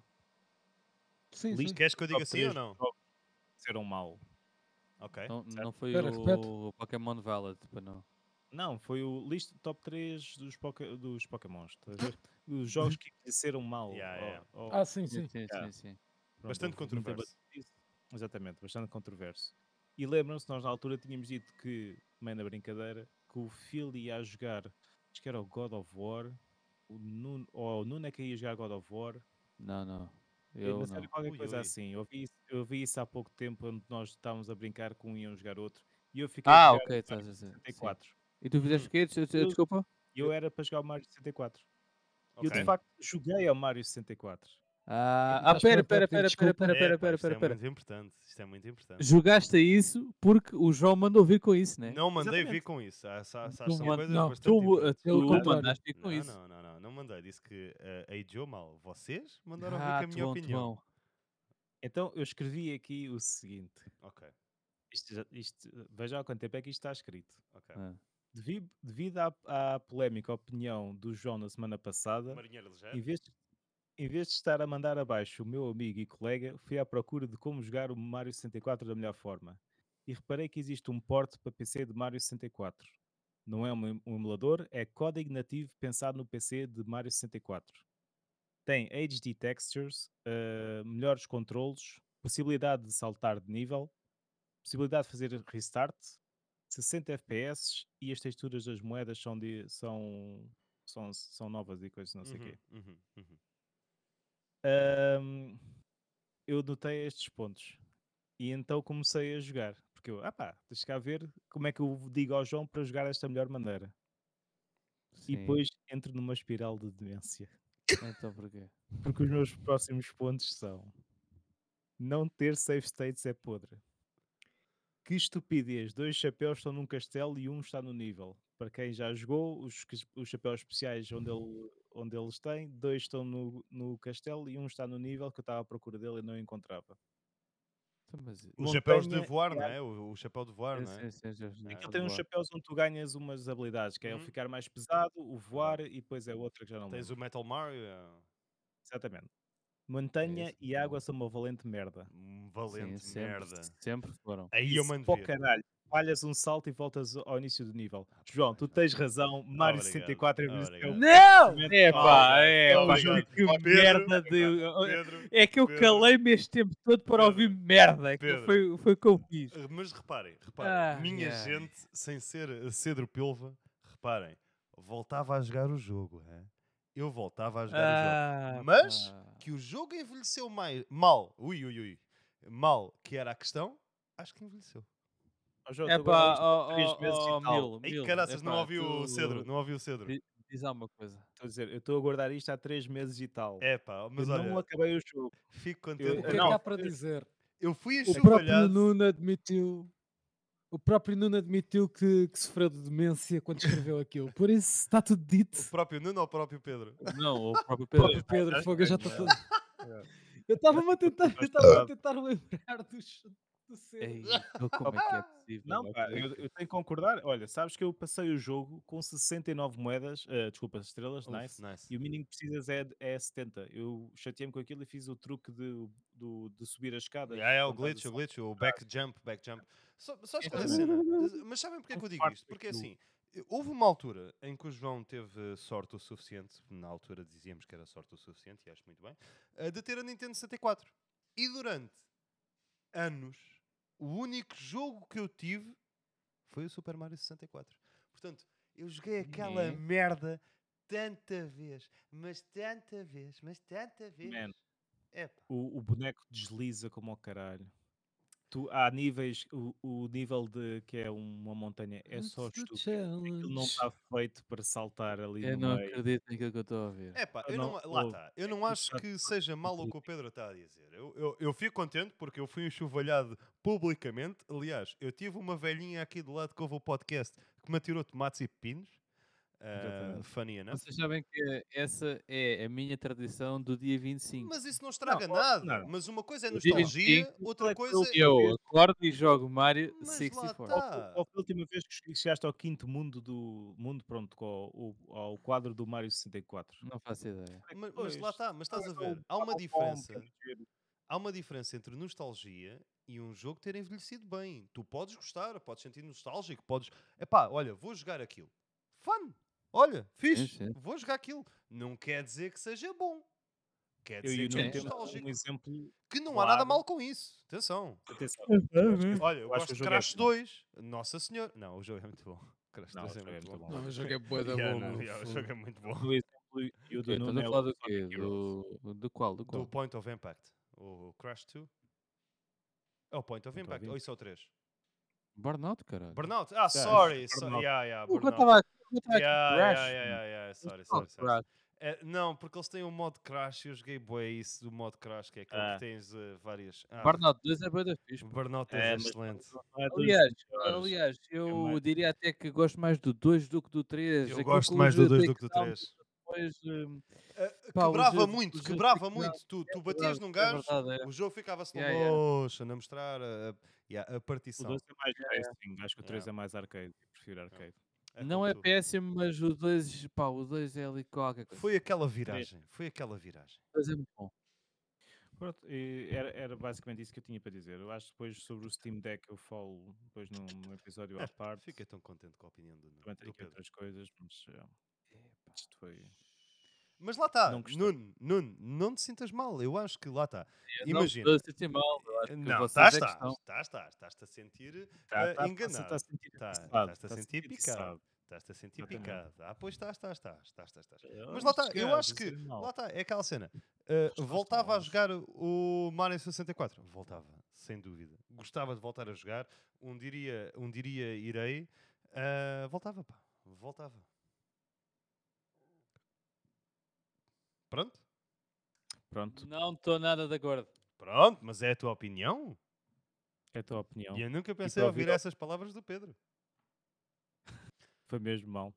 Sim, Lista sim. Queres que eu diga top sim ou 3 não? jogos que disseram mal. Ok. Não foi Espera, repete. o Pokémon Valid, para não. Não, foi o lista top 3 dos Pokémons. Estás a ver? Os jogos que envelheceram mal. Yeah. Sim, Sim, sim. sim, Yeah. sim, sim. Pronto, Bastante houve muito controverso. debate disso. Exatamente, bastante controverso. E lembram-se, nós na altura tínhamos dito que, meio na brincadeira, que o Phil ia jogar, acho que era o God of War, ou o Nuno é que ia jogar God of War. Não. Na Eu série não. qualquer Ui, coisa ui. assim. Eu vi isso há pouco tempo, onde nós estávamos a brincar com um e iam jogar outro. E eu fiquei a jogar Ok, o estás Mario a dizer. Sim. 64. E tu fizeste o quê? Eu, Desculpa? eu era para jogar o Mario 64. E eu de Ok. facto joguei ao Mario 64. Estás Pera, pronto para pedir desculpa? Isto é muito importante. Isto é muito importante. Jogaste a isso porque o João mandou vir com isso, né? Não mandei vir Exatamente. com isso. São coisas Não, bastante diferentes. pelo Tu contrário. mandaste vir com isso. Não mandei. Disse que ageou mal. Vocês mandaram vir com a minha Te opinião. bom. Então eu escrevi aqui o seguinte. Ok, Veja há quanto tempo é que isto está escrito. ok. Ah. Devido à polémica opinião do João na semana passada, Marinheiro ligeiro. em vez de estar a mandar abaixo o meu amigo e colega, fui à procura de como jogar o Mario 64 da melhor forma. E reparei que existe um port para PC de Mario 64. Não é um emulador, é código nativo pensado no PC de Mario 64. Tem HD textures, melhores controlos, possibilidade de saltar de nível, possibilidade de fazer restart, 60 FPS e as texturas das moedas são novas e coisas não sei o quê. Uhum. Eu notei estes pontos e então comecei a jogar. Porque deixa cá ver como é que eu digo ao João para jogar desta melhor maneira. E Sim. depois entro numa espiral de demência. Então porquê? Porque os meus próximos pontos são: não ter save states é podre. Que estupidez, 2 chapéus estão num castelo e um está no nível. Para quem já jogou, os chapéus especiais onde eles têm, 2 estão no castelo e um está no nível que eu estava à procura dele e não encontrava. Então, mas... Os chapéus de Montanha voar, e não é? O chapéu de voar, não é? Sim, já Aquilo pode tem uns voar. chapéus onde tu ganhas umas habilidades, que é o Uhum. ficar mais pesado, o voar e depois é outra que já não Tens lembro. o Metal Mario. Exatamente. Montanha isso. e água são uma valente merda. Valente Sim, merda. sempre foram. Aí eu Isso, mando pô, vir. caralho. Falhas um salto e voltas ao início do nível. João, tu tens razão. Mario Obrigado, 64 envelheceu. obrigado. Não! Obrigado. Obrigado. Que Pedro, merda de... Pedro, É que eu Pedro, calei-me este tempo todo para Pedro, ouvir merda. Pedro. Foi o que eu fiz. Mas reparem, Ai, minha ai. gente, sem ser Cedro Pilva, reparem, voltava a jogar o jogo, hein? Eu voltava a jogar o jogo. Mas que o jogo envelheceu mal, mal, que era a questão, acho que envelheceu. João, É tu agora pá, isto há 3 meses e tal. Ei, caraças, não ouvi o Cedro, não ouvi o Cedro. Diz alguma coisa. Estou a dizer, eu estou a guardar isto há 3 meses e tal. É pá, Eu mas não olha, acabei o jogo. fico contente. Eu- O que é que não, há para dizer? Eu fui O próprio enxovalhado. Nuno admitiu. O próprio Nuno admitiu que sofreu de demência quando escreveu aquilo. Por isso está tudo dito. O próprio Nuno ou o próprio Pedro? Não, o próprio O Pedro. próprio Pedro Fogo já está é. todo. Eu estava a tentar lembrar dos. do céu. Ei, como é que é possível? Não, pá, Ok. eu tenho que concordar. Olha, sabes que eu passei o jogo com 69 moedas, desculpa, estrelas, Uf, nice. nice. E o mínimo que precisas é 70. Eu chateei-me com aquilo e fiz o truque de subir as escadas. É o quando estás a glitch, o saltar. glitch, o back jump, back jump. Só qual é a Exatamente. cena? Mas sabem porque é que eu digo Parte isto? Porque daquilo. assim, houve uma altura em que o João teve sorte o suficiente, na altura dizíamos que era sorte o suficiente, e acho muito bem, de ter a Nintendo 64. E durante anos, o único jogo que eu tive foi o Super Mario 64. Portanto, eu joguei aquela É. merda tanta vez, mas tanta vez, mas tanta vez. Man, Epá. o boneco desliza como ao caralho. Há níveis, o nível de que é uma montanha é só It's the estúpido. Aquilo não challenge. está feito para saltar ali Eu no não meio. acredito naquilo que eu estou a ouvir. Epá, Eu eu não, não, lá ouve, está. Eu não aquilo acho está que seja mal o que o horrível. Pedro está a dizer. Eu fico contente porque eu fui enxovalhado publicamente. Aliás, eu tive uma velhinha aqui do lado que ouve o podcast que me atirou tomates e pepinos. Exatamente. Funny enough. Vocês sabem que essa é a minha tradição do dia 25. Mas isso não Não, estraga nada. não. Mas uma coisa é No dia nostalgia, 25, outra Qual é que foi a coisa. última eu vez? acordo e jogo Mario Mas lá 64. está. Qual foi a última vez que chegaste ao quinto mundo pronto, ao quadro do Mario 64? Não faço ideia. Mas lá Pois, está. Mas estás a qual é ver. o Há uma Bubble Bomb, que é diferença. muito giro. Há uma diferença entre nostalgia e um jogo ter envelhecido bem. Tu podes gostar, podes sentir nostálgico, podes. Epá, olha, vou jogar aquilo. Fun! Olha, Sim, fixe, sim. vou jogar aquilo. Não quer dizer que seja bom. Quer Eu dizer e o que é Nuno temos nostálgico. um exemplo Que não há nada claro. mal com isso. Atenção. Atenção, Olha, eu eu acho gosto que o de jogo é Crash bom. 2. Nossa Senhora. Não, o jogo é muito bom. Crash Não, 2 o é jogo é muito muito bom. bom. Não, o jogo é bué da Yeah, bom, não, meu. yeah, o jogo é muito bom. Do exemplo e o do Ok, estás Nuno a é falar o do quê? Sonic Heroes. Do qual? Do Do qual? Point of Impact. O Crash 2. É o Point of Point of Impact. Ou Impact. isso é o 3? Burnout, caralho. Burnout. Yeah, Sorry. Burnout. Yeah, O que eu Burnout. estava aqui Crash. Yeah. Sorry. Crash. Não, porque eles têm o modo Crash e eu joguei bué isso do modo Crash, que é aquele que tens várias. Burnout 2 é bué da fixe. O pá. Burnout 2 é Mas excelente. não é dos Aliás, melhores. eu mais- diria até que gosto mais do 2 do que do 3. Eu Aquilo gosto com mais os do 2 do que do takedowns 3. depois, pá, Quebrava os muito. takedowns. Tu É batias verdade, num é gajo, verdade. o jogo ficava slow Yeah. motion a mostrar a O partição. 2 é mais Yeah. racing, acho que o 3 é mais arcade. Eu prefiro arcade. É Não como é tu. péssimo, mas o 2, pá, o 2 é ali qualquer coisa. Foi aquela viragem. O 2 é muito bom. Pronto, e era basicamente isso que eu tinha para dizer. Eu acho que depois sobre o Steam Deck eu falo depois num episódio à parte. Fiquei tão contente com a opinião Também do tenho aqui Pedro. outras coisas, mas isto foi. Mas lá está, Não gostei. Nuno, não te sintas mal. Eu acho que lá está. Eu não Imagina. estou a sentir mal, eu acho que Não, vocês é que estão. estás-te a sentir Está enganado. a sentir Estás-te interessado. a sentir picado. Estás-te a sentir Exatamente. picado. Pois estás. Eu Mas lá está, cheguei eu a acho que. dizer mal. Lá está, é aquela cena. Estás Voltava a longe. jogar o Mario 64. Voltava, sem dúvida. Gostava de voltar a jogar. Um diria irei. Voltava, pá. Voltava. Pronto? Pronto, Não estou nada de acordo. Pronto, mas é a tua opinião. é a tua opinião. E eu nunca pensei para ouvir ouvir- essas palavras do Pedro. Foi mesmo mal.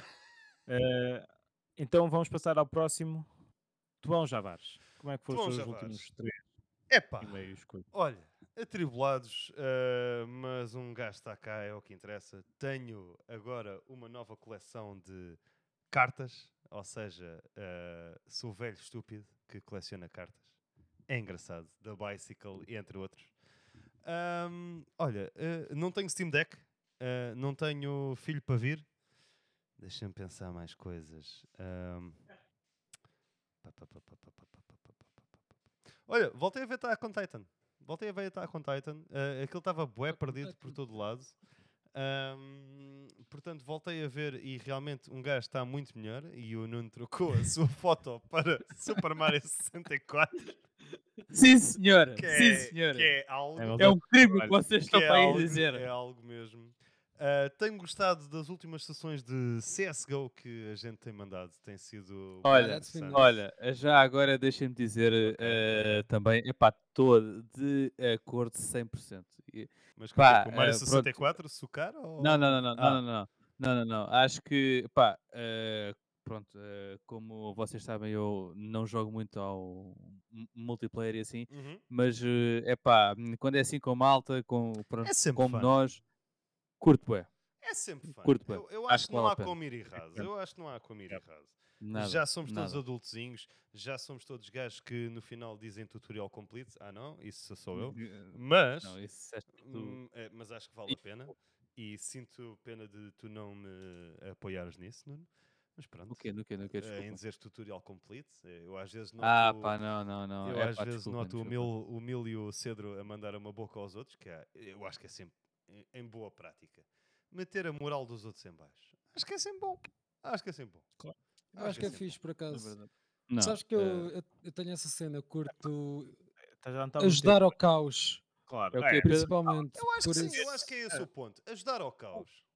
Então vamos passar ao próximo. João Javares. Como é que foram os João seus Javares. últimos 3 Epá, e meios? olha, atribulados, mas um gajo está cá, é o que interessa. Tenho agora uma nova coleção de cartas, ou seja, sou velho estúpido que coleciona cartas. É engraçado, da Bicycle, entre outros. Olha, não tenho Steam Deck, não tenho filho para vir. Deixa-me pensar mais coisas. Olha, voltei a ver Attack on Titan. Aquilo estava bué perdido por todo lado. Portanto, voltei a ver e realmente um gajo está muito melhor. E o Nuno trocou a sua foto para Super Mario 64. Sim, senhora. Que Sim, é, senhora. que é algo. É um crime que vocês que estão é para aí a algo, dizer. é algo mesmo. Tenho gostado das últimas sessões de CSGO que a gente tem mandado. Tem sido. Olha, interessante. olha, já agora deixem-me dizer também, epá, estou de acordo 100%. Mas com, Pá, o Mario pronto. 64, sucar? Ou... Não. Acho que, pá, pronto, como vocês sabem, eu não jogo muito ao multiplayer e assim, Uhum. mas é pá, quando é assim com malta, pronto, É sempre como fun. nós, curto bué, É sempre fun. curto bué. Eu Acho acho que que não vale a há pena. como ir errado. Eu acho que não há como ir errado. Nada, Já somos todos nada. adultezinhos, já somos todos gajos que no final dizem tutorial complete. Ah não, isso sou eu. Não, Mas, isso és tu. mas acho que vale a pena. E sinto pena de tu não me apoiares nisso, Nuno. Mas pronto, No quê, em desculpa. dizeres tutorial complete, eu às vezes Ah, noto, pá, não. eu É às pá, vezes desculpem, noto o desculpem. Mil e o Cedro a mandar uma boca aos outros, que eu acho que é sempre em boa prática. Meter a moral dos outros em baixo. Acho que é sempre bom. Acho que é sempre bom. Claro. Eu acho que é sempre fixe, por É acaso. verdade. Não, Sabes que eu tenho essa cena, eu curto Já não estamos ajudar tempo. ao caos, Claro. é o quê, Pedro? principalmente. Eu acho Por que sim, isso, eu acho que é esse o ponto. Ajudar ao caos.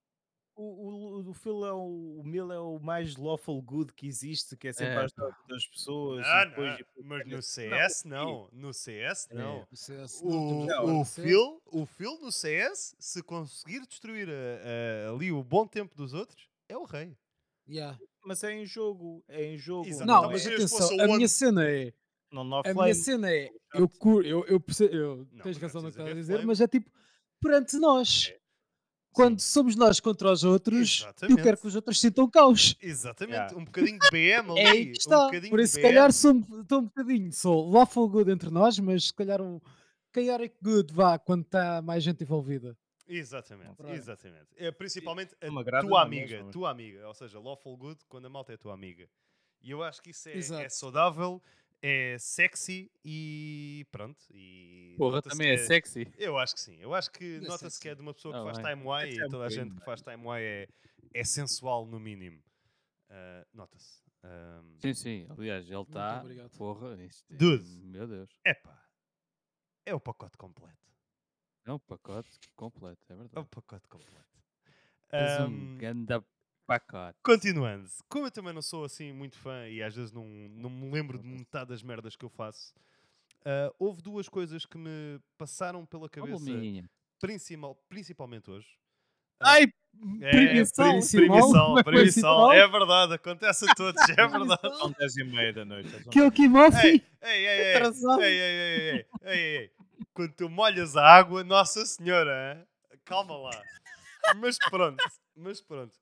O Phil é o Mil é o mais lawful good que existe, que é sempre a É, ajudar pá. outras pessoas Não, e depois. não. Mas no Não, CS sim. não. No CS não. no CS, não, estamos a falar O do CS. Phil no CS, se conseguir destruir ali o bom tempo dos outros, é o rei. Yeah. Mas é em jogo. É em jogo. Exato. Não, Então, Não mas mas é se atenção, fosse o a minha one. cena é. no A minha offlane. cena é. Chato. Não, Tens mas não é razão no que preciso estás a haver dizer, flame. mas é tipo, perante nós. É. Quando Sim. somos nós contra os outros, eu quero Exatamente. que os outros sintam caos. Exatamente. Yeah. Um bocadinho de BM É aí ali. que Um está. bocadinho Por de isso, se calhar, BM. estou um bocadinho. Sou lawful good entre nós, mas se calhar um chaotic good vá quando está mais gente envolvida. Exatamente, Pronto. exatamente. É, principalmente a Não me agrada tua na amiga, mesma. tua amiga, ou seja, lawful good quando a malta é tua amiga. E eu acho que isso é Exato. saudável, é sexy e pronto. E Porra, nota-se também que é sexy. Eu acho que sim. Eu acho que É nota-se que é sexy. de uma pessoa que Ah, faz bem. time Y Esse é e um toda a gente bocadinho, que faz time Y é sensual no mínimo. Nota-se. Sim. Aliás, ele Muito está. obrigado. Porra, isto. Dude. Meu Deus. Epá, é o pacote completo. É um pacote completo, é É o verdade. pacote completo. És um Ahm, ganda pacote. Continuando, como eu também não sou assim muito fã e às vezes não me lembro de metade das merdas que eu faço, houve duas coisas que me passaram pela Ó, cabeça, Luminha. principalmente hoje. Ai, É, Principal. premissal, é verdade, acontece a todos, é verdade. São 10h30 da noite. já são Que é o 10h30. que move? Ei, ei, ei, ei, Atrasado. ei, ei, ei, ei, ei, ei. Quando tu molhas a água, Nossa Senhora, hein? Calma lá. Mas pronto,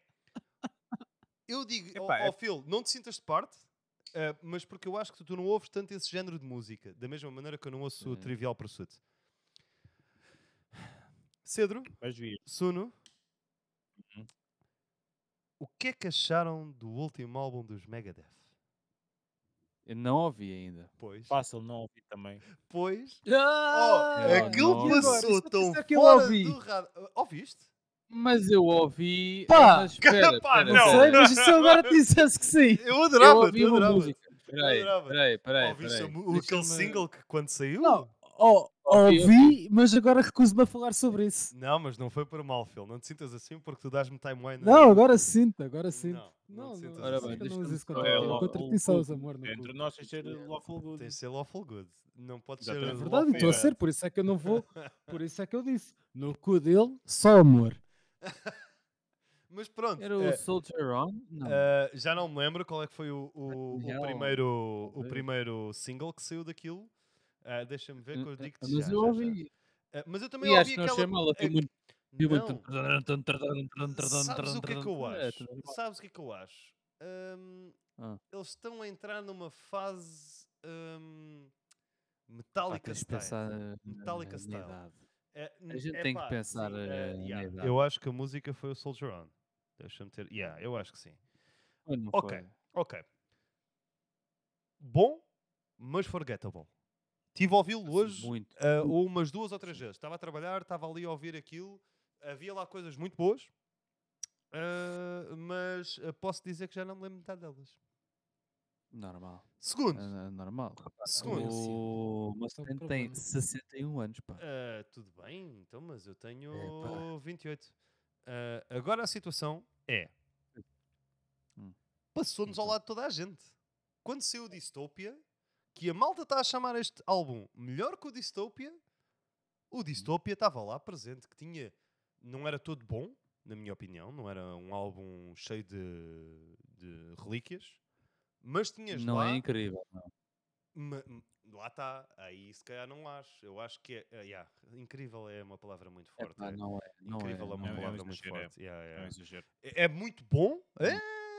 eu digo Epá, ao Phil, não te sintas de parte, mas porque eu acho que tu não ouves tanto esse género de música, da mesma maneira que eu não ouço o Trivial Pursuit. Cedro, Vais vir. Suno, Uhum. o que é que acharam do último álbum dos Megadeth? eu não ouvi ainda. Fácil, não ouvi também. Ah, Aquilo não e agora? passou E se eu tão disser que eu fora ouvi? do radar. Ouviste? Mas eu ouvi. Pá! Mas espera, Pá, espera, Não Não. sei, espera. mas e se eu agora te dissesse que sim? Eu Eu adorava, ouvi eu uma adorava. música. Peraí. Ouviste aquele Deixa-me- single que quando saiu? Não, Ouvi. ouvi, mas agora recuso-me a falar sobre isso. Não, mas não foi por mal, Phil. Não te sintas assim porque tu dás-me timeline. Não, agora sinto, agora sinto. Não te sintas Ora assim. bem, Eu não uso deixa-me isso só- contra É ti. Eu lawful contra ti só good. uso amor no Entre cu. nós tens de ser lawful good. Tens de ser lawful good. Não pode ser Exatamente. É lawful verdade, e estou a bad. ser, por isso é que eu não vou. Por isso é que eu disse. No cu dele, só amor. Mas pronto. Era o Soldier On? Não. Já não me lembro qual é que foi o Talvez. primeiro single que saiu daquilo. Deixa-me ver que eu digo-te Mas já. eu ouvi. Mas eu também E acho ouvi que não aquela. achei mal. Eu muito. Não. Sabes o que é que eu É, acho? tudo normal. Sabes o que é que eu acho? Ah. Eles estão a entrar numa fase Pá, Metallica tens de style. pensar Metallica na style. idade. A gente tem que Epá, pensar sim, na idade. eu acho que a música foi o Soldier On. Deixa-me ter. Eu acho que sim. Mas não Ok, foi. ok. Bom, mas forgettable. Estive a ouvi-lo hoje Muito. umas 2 ou 3 vezes. Estava a trabalhar, estava ali a ouvir aquilo. Havia lá coisas muito boas. Mas posso dizer que já não me lembro metade delas. Normal. Segundo. Normal. Segundo. O Mustang tem 61 anos, pá. Tudo bem, então, mas eu tenho Epá. 28. Agora a situação é... Passou-nos ao Então. lado de toda a gente. Quando saiu o Dystopia, que a malta está a chamar este álbum melhor que o Dystopia estava lá presente, que tinha... Não era todo bom, na minha opinião. Não era um álbum cheio de relíquias. Mas tinhas Não é lá. incrível, não. Lá está. Aí se calhar não acho. Eu acho que é. Yeah, incrível é uma palavra muito forte. Epá, não é, não é, Incrível é uma não É, é. é um palavra muito exagero, forte. Yeah, é um yeah. exagero. É muito bom. Não.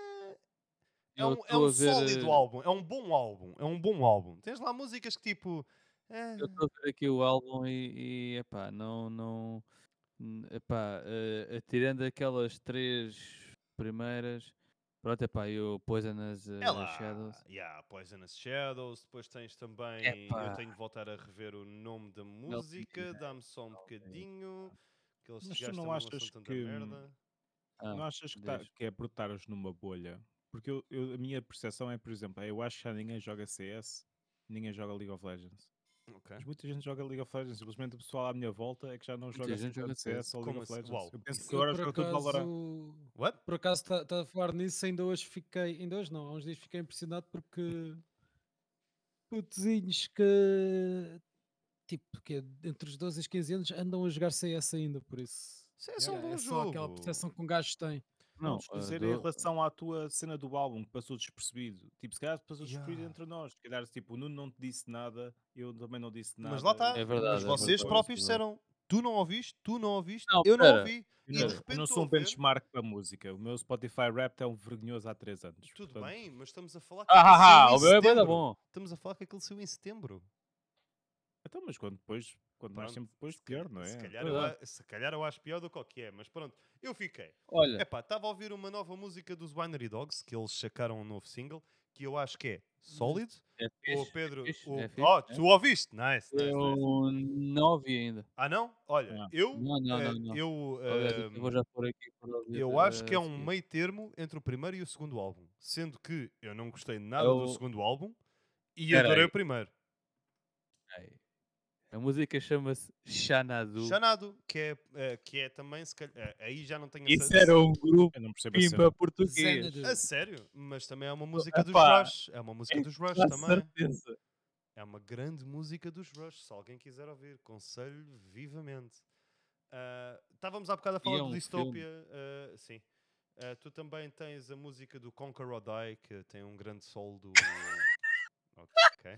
É Eu um estou a ver, sólido álbum. É um bom álbum. É um bom álbum. Tens lá músicas que tipo. eu estou a ver aqui o álbum e epá, não, epá, tirando aquelas 3 primeiras, pronto, epá, e o Poisonous É lá. Shadows, Yeah, Poisonous Shadows. Depois tens também. Eu epá, tenho de voltar a rever o nome da Melting música. Dá-me só um Melting, bocadinho. Que eles Mas tu gajos não também lançam achas tanta que merda. ah, não achas que, diz. que é por estares numa bolha? Porque a minha percepção é, por exemplo, eu acho que já ninguém joga CS, ninguém joga League of Legends. Ok. Mas muita gente joga League of Legends, simplesmente o pessoal à minha volta é que já não Muita joga assim gente joga tanto CS CS. ou League Como of assim? Legends. Uau. Eu penso que Eu agora joga todo Valorant. What? por acaso está a falar nisso, ainda hoje fiquei, ainda hoje não, há uns dias fiquei impressionado porque putezinhos que tipo, que é entre os 12 e os 15 anos andam a jogar CS ainda, por isso. CS é um Yeah, bom é só aquela jogo. percepção que um gajo tem. Não, Não, estou a dizer em relação à tua cena do álbum, que passou despercebido. Tipo, se calhar passou despercebido Yeah. entre nós. Se calhar, tipo, o Nuno não te disse nada, eu também não disse Mas lá nada, e está. é Mas verdade, é vocês verdade, depois. próprios é verdade. disseram: tu não ouviste, Não, eu não espera, ouvi. E de espera. Eu repente não estou sou a um ver. benchmark para música. O meu Spotify Wrapped é um vergonhoso há 3 anos. Tudo Portanto, bem, mas estamos a falar que aquilo saiu em O meu é bem da setembro. bom. Estamos a falar que aquilo saiu em setembro. então, mas quanto mais Pronto, tempo depois, se pior, calhar, não se é? calhar eu, Verdade. se calhar eu acho pior do que o que é, mas pronto, eu fiquei. Olha, Epá, estava a ouvir uma nova música dos Binary Dogs, que eles sacaram um novo single, que eu acho que é sólido. é O fixe, é Pedro, fixe, é fixe. oh, tu ouviste? Nice, nice, nice. Eu não ouvi ainda. Ah não? Olha, Ah, Não, não, não, não. Aliás, até vou já pôr aqui para ouvir eu acho que é a um seguir. meio termo entre o primeiro e o segundo álbum. Sendo que eu não gostei É nada do o. segundo álbum e Espera adorei aí. o primeiro. Espera aí. A música chama-se Xanadu. Xanadu, que é também, se calhar, aí já não tenho a Isso era um grupo eu não percebo a pimpa cena. português. Xanadu. A sério? Mas também é uma música dos Epá, Rush. É uma música é dos Rush quase também. certeza. É uma grande música dos Rush. Se alguém quiser ouvir, conselho vivamente. Estávamos há bocado a E falar é do um filme. Dystopia. Sim. Tu também tens a música do Conquer or Die, que tem um grande solo do. Ok.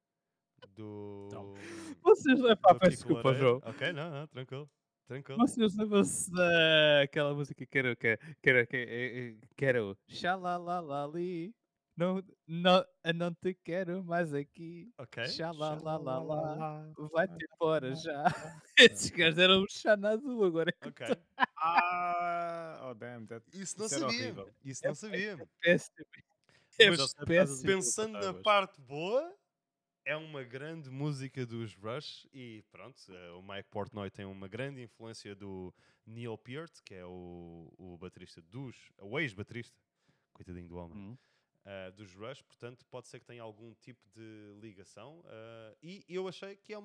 Então, Do. Vocês, epá, Do peço Kiko desculpa, Loureiro. João. Ok, não, não, tranquilo. Tranquilo. Vocês lembram-se daquela música que era o Xalalalali. Não, não, eu não te quero mais aqui. Ok. Xalalalala. xalalalala, Vai-te embora já. Esses gajos eram um Xanadu agora que Ok. oh damn, Isso não isso era sabia. horrível. Isso não sabia. péssimo. É Mas já Mas sei por causa do péssimo. Vila pensando na Patavas. parte boa, é uma grande música dos Rush e pronto, o Mike Portnoy tem uma grande influência do Neil Peart, que é o baterista o ex-baterista, coitadinho do homem, Hum. dos Rush, portanto pode ser que tenha algum tipo de ligação e eu achei que é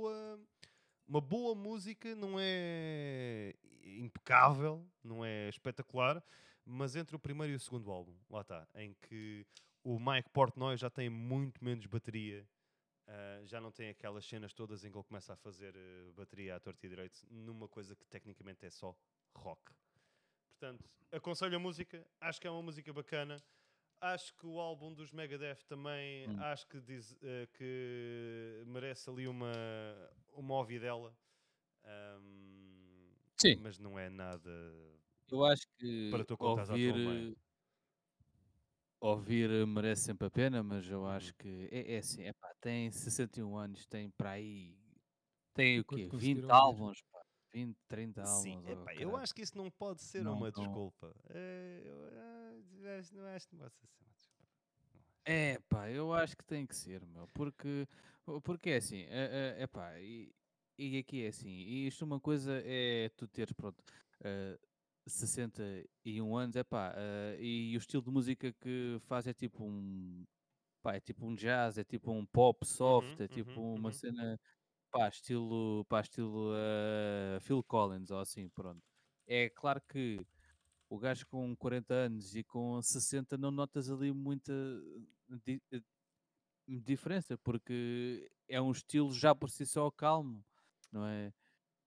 uma boa música, não é impecável, não é espetacular, mas entre o primeiro e o segundo álbum, lá está, em que o Mike Portnoy já tem muito menos bateria, já não tem aquelas cenas todas em que ele começa a fazer bateria à torta e direito, numa coisa que tecnicamente é só rock. Portanto, aconselho a música, acho que é uma música bacana. Acho que o álbum dos Megadeth também Hum. acho que merece ali uma ouvidela. Sim, Mas não é nada eu acho para que tu contares à tua mãe. ouvir merece sempre a pena, mas eu Uhum. acho que é assim, epá, tem 61 anos, tem para aí, tem o Enquanto quê? conseguir 20 ouvir. álbuns, pá, 20, 30 Sim, álbuns, oh, epá, eu caralho. acho que isso não pode ser Não, uma não. desculpa. Não acho que não pode ser uma desculpa. Não acho. É pá, eu acho que tem que ser, meu, porque é assim, pá, e aqui é assim, e isto uma coisa é tu teres, pronto, 61 anos, é pá, e o estilo de música que faz é tipo pá, é tipo um jazz, é tipo um pop soft, Uhum, é tipo uhum, uma uhum. cena, pá, estilo Phil Collins, ou assim, pronto. É claro que o gajo com 40 anos e com 60 não notas ali muita di- eh, diferença, porque é um estilo já por si só calmo, não é?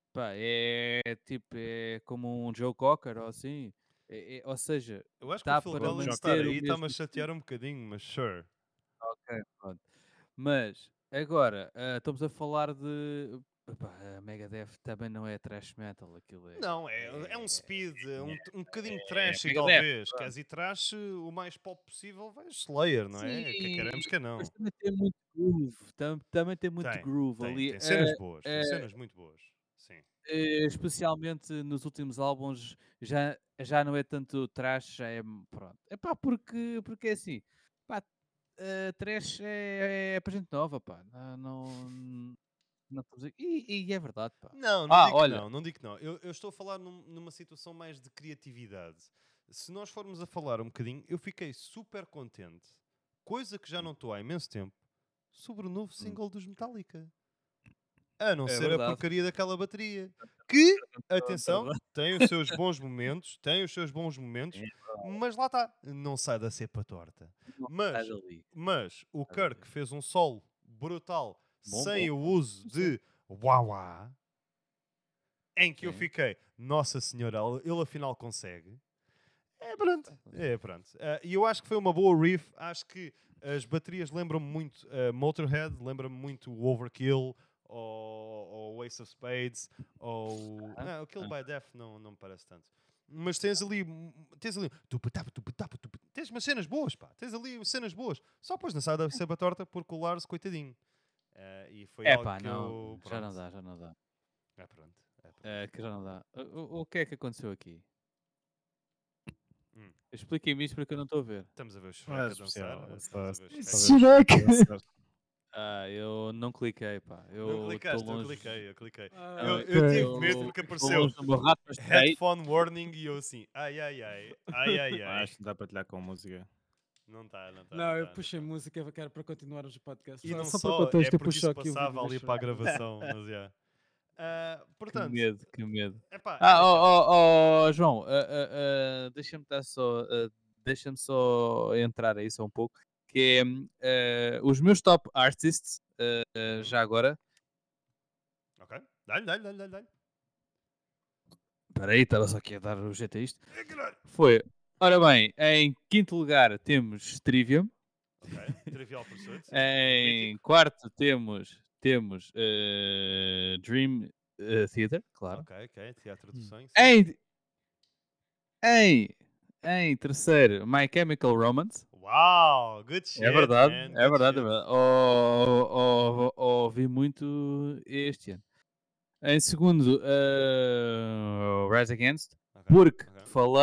Pá, é tipo, é como um Joe Cocker ou assim. Ou seja, Eu acho que o dá Phil para Collins estar manter o aí está-me a mesmo chatear estilo. um bocadinho, mas sure. Ok, pronto. Mas, agora, estamos a falar de. Epá, a Megadeth também não é thrash metal, aquilo Não, é um speed, um bocadinho é trashy Megadeth, talvez. pronto. Queres ir trash o mais pop possível, vais Slayer, não é? Que Sim, queremos que mas não. também tem muito groove. Também tem muito Tem, groove tem, ali. tem cenas boas, tem eh, cenas muito boas. Sim. Especialmente nos últimos álbuns, já não é tanto thrash, já é. Pronto. É pá, porque é assim. Pá, thrash é para gente nova, pá. Não estamos e é verdade, pá. Não, não digo que Olha. não, não digo que não. Eu estou a falar numa situação mais de criatividade. Se nós formos a falar um bocadinho, eu fiquei super contente, coisa que já não estou há imenso tempo, sobre o novo Hum, single dos Metallica. A não É ser a verdade. porcaria daquela bateria. Que, É atenção, verdade. tem os seus bons momentos, tem os seus bons momentos, Sim, mas lá está, não sai da cepa torta. não sai Mas, dali. mas o Sai dali. Kirk fez um solo brutal, Bom, sem bom, o bom. uso Sim, sim. de wah-wah, em que eu Sim. fiquei, Nossa Senhora, ele afinal consegue. É pronto, Consegue. é pronto. E eu acho que foi uma boa riff, acho que as baterias lembram-me muito Motorhead, lembram-me muito o Overkill, ou Ace of Spades, ou... Ah, Não, o Kill ah. by Death não me parece tanto. Mas tens ali, tens umas cenas boas, pá, tens ali cenas boas. Só depois não sai da ceba torta porque o Lars, coitadinho. E foi É algo pá, que não, eu, já não pronto, dá, já não dá. pronto, pronto. Que já não dá. O que é que aconteceu aqui? Hum. Expliquem-me isto porque eu não estou a ver. Estamos a ver os Não é Shrek a dançar, especial. estamos a ver os Shrek a Shrek! dançar. Eu não cliquei, pá. Não Eu estou clicaste, eu longe. cliquei, eu cliquei. Não, Eu tive medo eu porque estou apareceu longe do meu rato, mas espera aí. headphone warning e eu assim, ai ai ai, ai ai ai. Acho que não dá para partilhar com música. Não está, não está, não Não, eu está, não puxei está. música que era para continuarmos o podcast. E não Só para só, é contexto, eu porque puxo só isso aqui o vídeo passava da ali para a Shrek. gravação, mas já. Que Portanto, medo, que medo. epá, é daquelas. João, deixa-me só entrar aí só um pouco, que é os meus top artists, Uhum. já agora. Ok, dá-lhe. Espera aí, estava só aqui a dar o jeito a isto. É, caralho. Foi, ora bem, em quinto lugar temos Trivium, Ok, Trivial Pursuit, sim, em mítico. quarto temos Dream Theater, claro. Ok, Teatro do Hum. Sonho, sim. Em, em terceiro, My Chemical Romance. Uau, good É shit, verdade, man, é good verdade, é shit. verdade. Ouvi muito este ano. Em segundo, Rise Against, Ok, porque ok.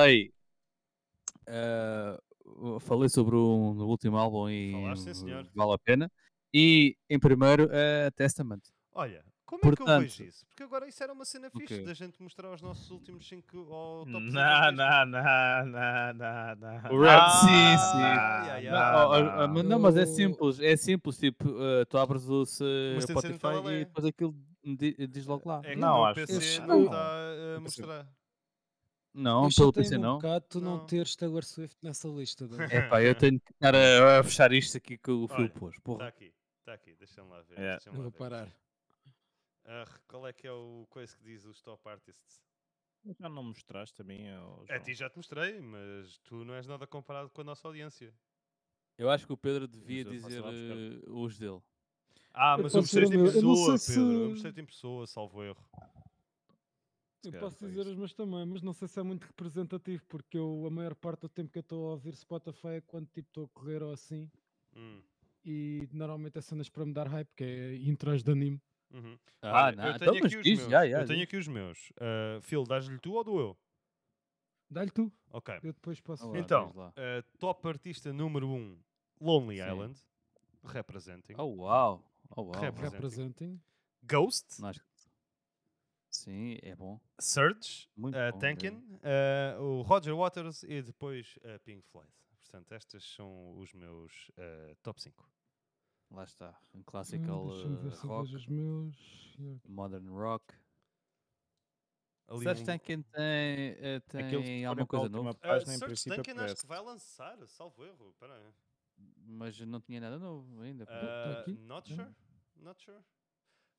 falei sobre no último álbum e Falaste, sim, senhor. vale a pena. E em primeiro, Testament. Olha, como é que eu vejo Portanto, isso? Porque agora isso era uma cena o fixe quê? da gente mostrar os nossos últimos 5 ou top 5 Não, artistas. não, não, não, não, não. O rap, sim, Ah, sim. ai, Não, Não, não. não, mas Eu... é simples, tipo, tu abres o mas tem de ser em Spotify e telemé. depois aquilo diz logo lá. É que o Não, meu acho que eu, PC ch- não me não. está a Eu percebo. mostrar. eu Não, pelo PC chatei-me um não. bocado tu não Não. teres Taylor Swift nessa lista, Dan. É pá, eu tenho que estar a fechar isto aqui que o Phil Olha, pôs. está Porra. aqui, deixa-me lá ver. É. Deixa-me Eu lá vou ver. parar. Qual é que é o coisa que diz os top artists? Já não mostraste a mim, ó, A João. ti já te mostrei, mas tu não és nada comparado com a nossa audiência. Eu acho que o Pedro devia Mas eu posso ir dizer lá buscar. os dele. Mas Eu eu posso dizer o mostrei-te em meu. Eu não sei pessoa, se. Pedro. Eu mostrei-te em pessoa, salvo erro. Se Eu calhar posso foi dizer isso. os meus também, mas não sei se é muito representativo, porque a maior parte do tempo que eu estou a ouvir Spotify é quando tipo estou a correr ou assim, Hum, e normalmente é cenas para me dar hype, que é intros de anime. uhum. Olha, Não, eu então, tenho mas aqui os diz, meus. já, Eu tenho diz. aqui os meus. Phil, dás-lhe tu ou dou eu? Dá-lhe tu, Ok. eu depois posso Olá. ver. Então, diz lá. top artista número 1, Lonely Sim. Island. Representing. Oh, uau. Oh, uau. Representa. Representem. Ghost. Não acho que- Sim, é bom. Surge. Muito bom Tankin. mesmo. O Roger Waters e depois Pink Floyd. Portanto, estes são os meus top 5. Lá está. Um classical Deixa-me ver se eu rock, vejo os meus. modern rock. Ali Serge Tankian Aquilo, se tem forem alguma para a coisa última nova? página, em Surge princípio Tankin acho que aparece. vai lançar, salvo erro. Espera aí. Mas não tinha nada novo ainda. pá. Tá aqui. Not sure. Not sure.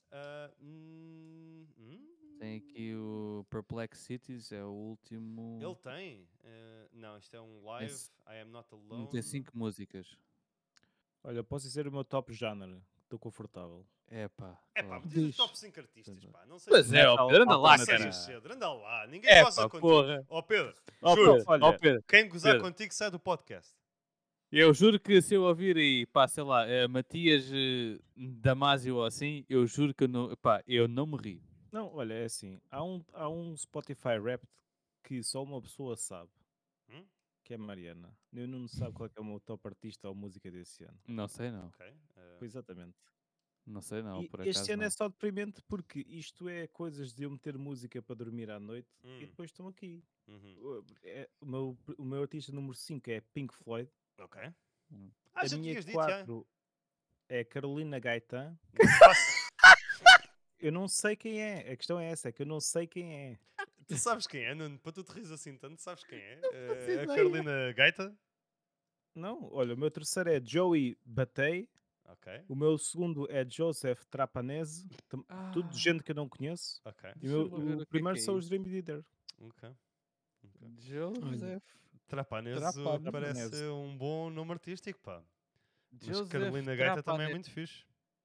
Tem aqui o Perplex Cities, é o último. Ele tem. Não, isto é um live. Esse- I am not Tem alone. 5 músicas. Olha, posso dizer o meu top genre. Estou confortável. É pá. É pá, Diz. diz os top 5 artistas, pá. Não Pois sejas é, ó Metal Pedro, anda lá, não alternativo. cara. sejas cedo. Anda lá. Ninguém É goza pá, contigo. porra. Ó Pedro, Ó juro. Pedro, ó olha, Pedro. Quem gozar Pedro. contigo sai do podcast. Eu juro que se eu ouvir aí, pá, sei lá, Matias Damasio ou assim, eu juro que eu não me rio. Não, olha, é assim. Há um Spotify Rap que só uma pessoa sabe, Hum? que é Mariana. Eu não sabe qual é que é o meu top artista ou música desse ano. Não sei não. Ok. Foi exatamente. Não sei não, E por este acaso ano não. é só deprimente porque isto é coisas de eu meter música para dormir à noite e depois estão aqui. Uhum. O meu artista número 5 é Pink Floyd. Ok. Hum. Ah, A já minha tinhas dito, já. 4 é Carolina Gaetan. Não faço- Eu não sei quem é. A questão é essa, é que eu não sei quem é. Tu sabes quem é, Nuno? Para tu te rires assim tanto, sabes quem é? faço A ideia. Carolina Gaita? Não, olha, o meu terceiro é Joey Batey. Ok. O meu segundo é Joseph Trapanese. Tudo de gente que eu não conheço. Ok. E o Deixa-me ver o o que primeiro é são os isso. Dream Theater. Ok. Joseph. Trapaneso Trapanese. parece um bom nome artístico, pá. Mas Joseph Carolina Gaita também é Trapanet. muito fixe.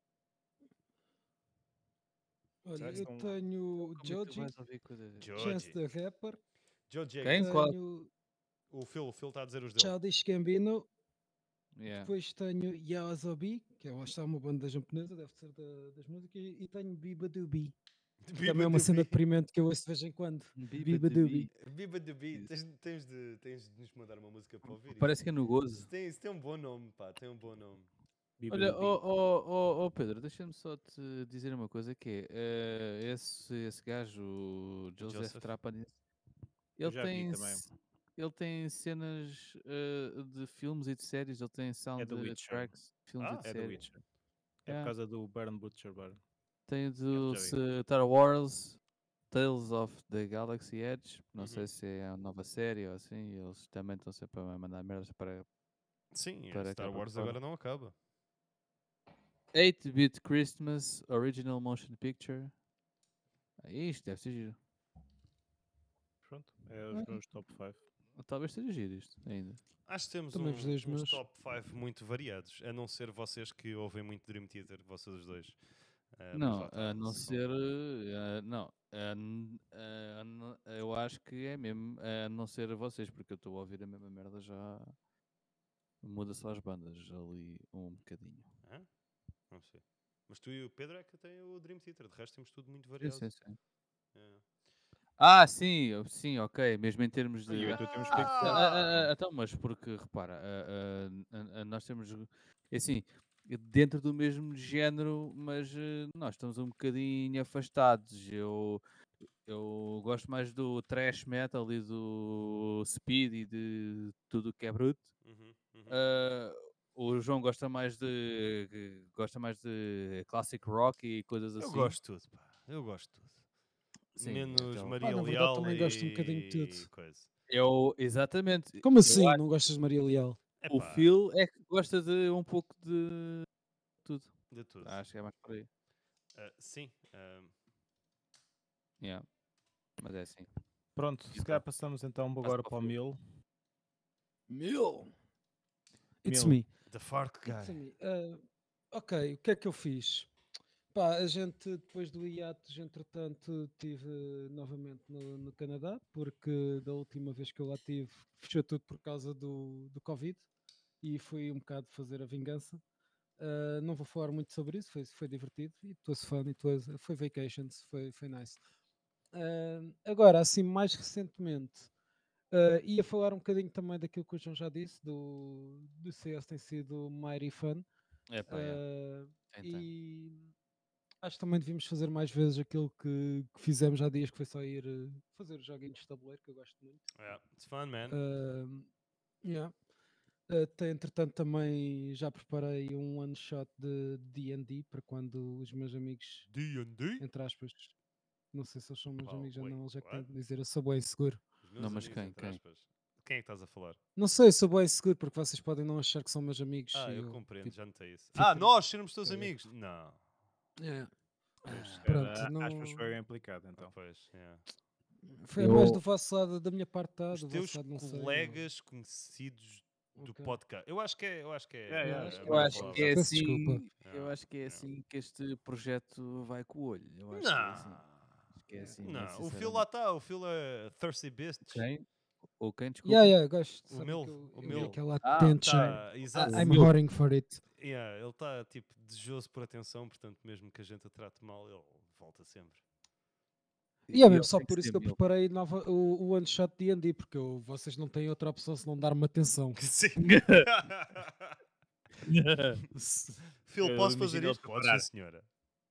Olha, Será que eu são- tenho Como é que tu Joji, vais ouvir coisas dessas? Chance Joji. the Rapper, Joji. Quem? Qual? tenho O Phil está a dizer os dele. Childish Gambino, Yeah. depois tenho Yaosobi, que é uma banda japonesa, deve ser das músicas, e tenho Biba Dubi. Também é uma cena deprimente que eu ouço de vez em quando. Biba Dubi. Biba Dubi. Tens de nos mandar uma música para ouvir. Parece que é no gozo. Isso tem um bom nome, pá. Tem um bom nome. Biba Olha, Dubi. oh, Pedro, deixa-me só te dizer uma coisa que é, esse gajo, o Joseph Trapanes, Eu já vi também. ele tem cenas de filmes e de séries, ele tem The Witcher. soundtracks, filmes e de É The séries. Witcher. É por Yeah. causa do Burn Butcher Burn. Tem do já vi. Star Wars, Tales of the Galaxy Edge, não Uhum. sei se é uma nova série ou assim, eles também estão sempre a mandar merdas para Sim, Para Star cá, para Wars fora. agora não acaba. 8-Bit Christmas Original Motion Picture. Isto deve ser giro. Pronto, é os meus top 5. Talvez seja giro isto ainda. Acho que temos Também vos dei os uns meus. top 5 muito variados, a não ser vocês que ouvem muito Dream Theater, vocês os dois. Mas Não, lá está, a não são- ser. Não. Eu acho que é mesmo a não ser vocês, porque eu estou a ouvir a mesma merda já. Muda só as bandas ali um bocadinho. Hã? Não sei. Mas tu e o Pedro é que têm o Dream Theater, de resto temos tudo muito Sim, variado. sim, sim. É. Sim, ok. Mesmo em termos de. E eu temos Ah! Pink Floyd. Então, mas porque, repara, nós temos, assim, dentro do mesmo género, mas nós estamos um bocadinho afastados. Eu gosto mais do thrash metal e do speed e de tudo o que é bruto. Uhum, uhum. O João gosta mais de classic rock e coisas assim. Eu gosto de tudo, pá. Eu gosto de tudo. Sim, Menos então, Maria na verdade Leal também e gosto um bocadinho de tudo. coisa. Exatamente. Como Eu assim? acho Não gostas de Maria Leal? que o Epá, Phil é que gosta de um pouco de tudo. de tudo. Acho que é mais por aí. Sim. Yeah. Mas é assim. Pronto, se calhar passamos então agora para o Mil. It's Mil. me. The Fark It's Guy. me. Ok, o que é que eu fiz? Pá, a gente, depois do hiatus, entretanto, estive novamente no Canadá, porque da última vez que eu lá estive, fechou tudo por causa do Covid, e fui um bocado fazer a vingança. Não vou falar muito sobre isso, foi divertido, e it was fun, foi vacations, foi nice. Agora, assim, mais recentemente, ia falar um bocadinho também daquilo que o João já disse, do CS tem sido mighty fun. É pá, Tem. E acho que também devíamos fazer mais vezes aquilo que fizemos há dias, que foi só ir fazer os joguinhos de tabuleiro, que eu gosto muito. Yeah, it's fun, man. Yeah. Entretanto, também já preparei um one shot de D&D para quando os meus amigos, D&D? entre aspas, não sei se eles são meus Oh, amigos ou wait, não, eles é que têm what? de dizer, eu sou bem seguro. Os meus Não, mas amigos, quem? entre aspas. Quem é que estás a falar? Não sei, sou bem seguro, porque vocês podem não achar que são meus amigos. Ah, e eu compreendo, tipo, já notei isso. fico Nós sermos teus cagado. amigos? Não. Yeah. Pois, Pronto, Acho que foi bem não. aplicado, então. pois, yeah. Foi mais Eu, do vosso lado, da minha parte, tá? Os Do teus vosso lado, não sei. colegas conhecidos do Ok. podcast. Eu acho que é Yeah, acho a que eu é melhor acho isso. que é palavra. Peço desculpa. assim, eu Yeah, acho que é yeah. assim que este projeto vai com o olho. Eu acho que é assim. Não. Acho que é assim, muito Não, o Phil lá sinceramente. está, o Phil é Thirsty Beast. Quem? Ou quem, Yeah, desculpa? yeah, gosto. O Sabem meu, que o eu vi meu. aquela Ah, attention. Tá, exato. o I'm Milk. whoring for it. Yeah, ele está tipo desejoso por atenção, portanto, mesmo que a gente o trate mal, ele volta sempre. E é E mesmo ele só tem que por isso ser que eu Milk. preparei o One Shot D&D, porque vocês não têm outra opção senão dar-me atenção. Sim. Phil, Eu posso fazer imagino ele isto? Pode, sim, preparar. senhora.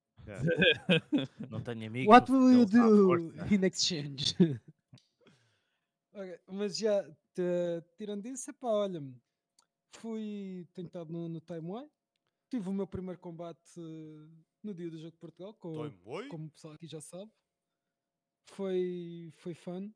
Não tenho amigos. What will you eles dão à do força. in exchange? Ok, mas já, tirando isso, epá, olha-me, tenho estado no Time. Tive o meu primeiro combate no dia do Jogo de Portugal, Time Boy? como o pessoal aqui já sabe. Foi fun.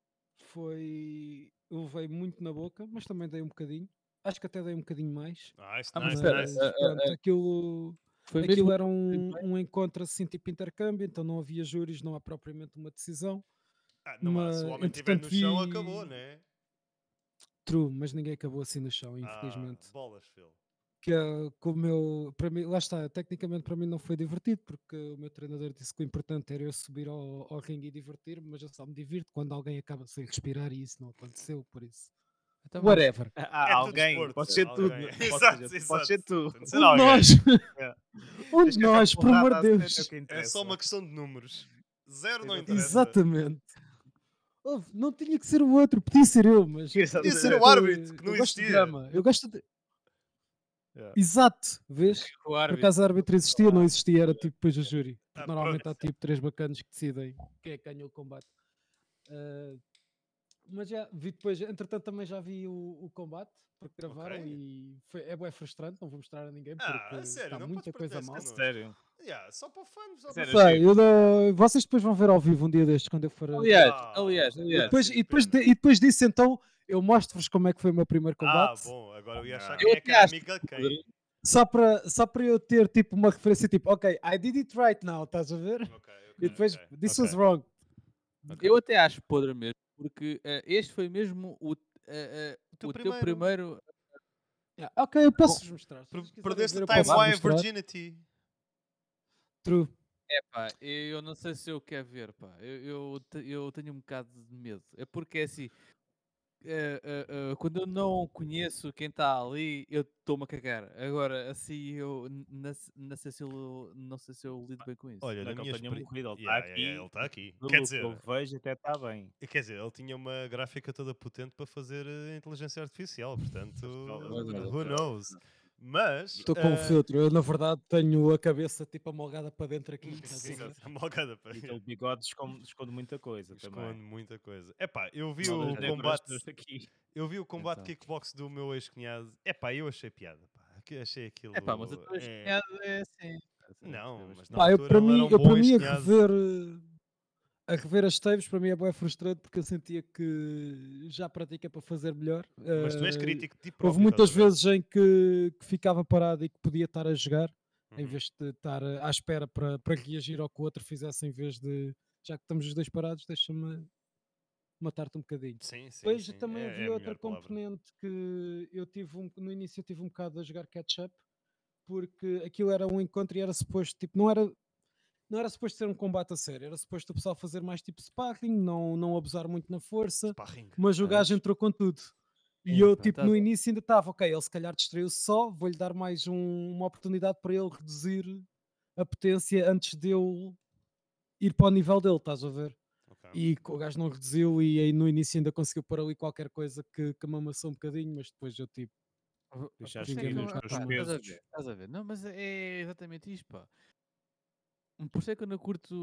Eu levei muito na boca, mas também dei um bocadinho. Acho que até dei um bocadinho mais. Nice, Ah, mas nice, espera, nice. Pronto, aquilo foi mesmo. era um encontro assim, tipo intercâmbio, então não havia júris, não há propriamente uma decisão. Não há, se o homem estiver Entretanto no chão, acabou, né? True, mas ninguém acabou assim no chão, Ah, infelizmente. bolas, Phil. Que o meu, para mim, lá está, tecnicamente para mim não foi divertido, porque o meu treinador disse que o importante era eu subir ao ringue e divertir-me, mas eu só me divirto quando alguém acaba sem respirar e isso não aconteceu, por isso. Então, mas Whatever. É tudo Alguém, desporto, pode Phil, ser tudo. alguém. Pode Exato, ser, pode ser exato. tu. Tem de ser Um de alguém. nós, Yeah. um Desde de que haja nós, por amor porrada de a Deus. sério, é o que É interessa. só uma questão de números. Zero não Exatamente. interessa. Exatamente. Não tinha que ser o outro, podia ser eu, mas Podia ser Exatamente. o árbitro, que não eu gosto de existia. drama. Eu gosto de. Yeah. Exato, vês? o Por árbitro. acaso a árbitro existia, não existia, era tipo depois o júri. Porque Ah, normalmente pronto. há tipo 3 bacanas que decidem quem é que ganha o combate. Ah, mas já vi depois, entretanto também já vi o combate, porque gravaram Ok. e é bué frustrante, não vou mostrar a ninguém Ah, porque a sério, está não podes muita coisa partilhar isso mal. connosco. Sério. Yeah, só para o fã, só para Sério, o fã. Sei, vocês depois vão ver ao vivo um dia destes, quando eu for. Aliás, E aliás. depois, sim, e, depois pena. e depois disso, então, eu mostro-vos como é que foi o meu primeiro combate. Bom, agora eu ia achar Ah. quem é que Eu era acho amiga de que quem. Só para eu ter tipo uma referência, tipo, ok, I did it right now, estás a ver? Ok, E depois, ok. this was wrong. Eu até acho podre mesmo, porque este foi mesmo o teu teu primeiro. primeiro. Yeah, ok, eu posso-vos mostrar. Se vocês quiserem Perdeste ver, a eu Time posso Wine mostrar. Virginity. True. Epá, eu não sei se eu quero ver, pá. Eu tenho um bocado de medo. É porque é assim, quando eu não conheço quem está ali, eu estou-me a cagar. Agora, assim, eu não sei se eu lido bem com isso. Olha, Não na é que ele minha tenha experiência. morrido, ele está aqui. Ele está aqui. Pelo Quer que dizer, eu vejo, até está bem. ele tinha uma gráfica toda potente para fazer inteligência artificial, portanto, Mas, who knows? Mas. Estou com um filtro. Eu, na verdade, tenho a cabeça tipo amolgada para dentro aqui. Sim, estás a ver? amolgada para E aquele bigode esconde muita coisa esconde também. muita coisa. Epá, eu vi Não o das negras combate. todas aqui. Eu vi o combate Então. kickbox do meu ex-cunhado. Epá, eu achei piada. Pá. Achei aquilo. Epá, mas a tua cunhada é assim. Não, mas na Pá, altura ele era um bom para mim ex-cunhado. a rever as tapes, para mim é bem frustrante porque eu sentia que já pratiquei para fazer melhor. Mas tu és crítico de ti próprio. Houve muitas estás a ver? vezes em que ficava parado e que podia estar a jogar, em Uhum. vez de estar à espera para reagir ao que o outro fizesse, em vez de, já que estamos os dois parados, deixa-me matar-te um bocadinho. Sim, sim. Depois sim. também É havia a outra melhor palavra. componente que eu tive no início eu tive um bocado a jogar catch-up, porque aquilo era um encontro e era suposto, tipo, não era suposto ser um combate a sério, era suposto o pessoal fazer mais tipo sparring, não abusar muito na força, Sparring. mas o gajo entrou com tudo. E Sim, eu, pá, tipo, tá no bem. início ainda estava, ok, ele se calhar distraiu-se só, vou-lhe dar mais uma oportunidade para ele reduzir a potência antes de eu ir para o nível dele, estás a ver? Ok. E o gajo não reduziu e aí no início ainda conseguiu pôr ali qualquer coisa que me amassou um bocadinho, mas depois eu tipo, Deixaste Ninguém ir mesmo os para teus cima. pesos. Estás a ver? Não, mas é exatamente isto, pá. Por isso é que eu não curto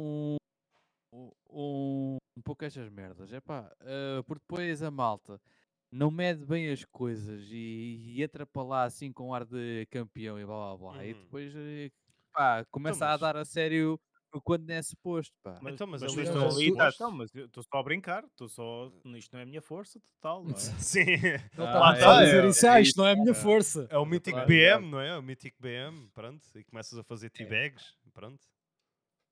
um pouco estas merdas. É pá, porque depois a malta não mede bem as coisas e entra para lá assim com ar de campeão e blá blá blá. E Uhum. depois pá, começa a mas- dar a sério quando não é suposto, pá. Mas, Então, mas mas ali tu não é estás ali, suposto? então, mas eu estou só a brincar. Isto não é a minha força total, não é? Sim. ele Ah, estava só a é, dizer é, isso, é isto não é a minha é. força. É o Mythic Claro, BM, não é? O Mythic BM, pronto. E começas a fazer É. T-bags, pronto.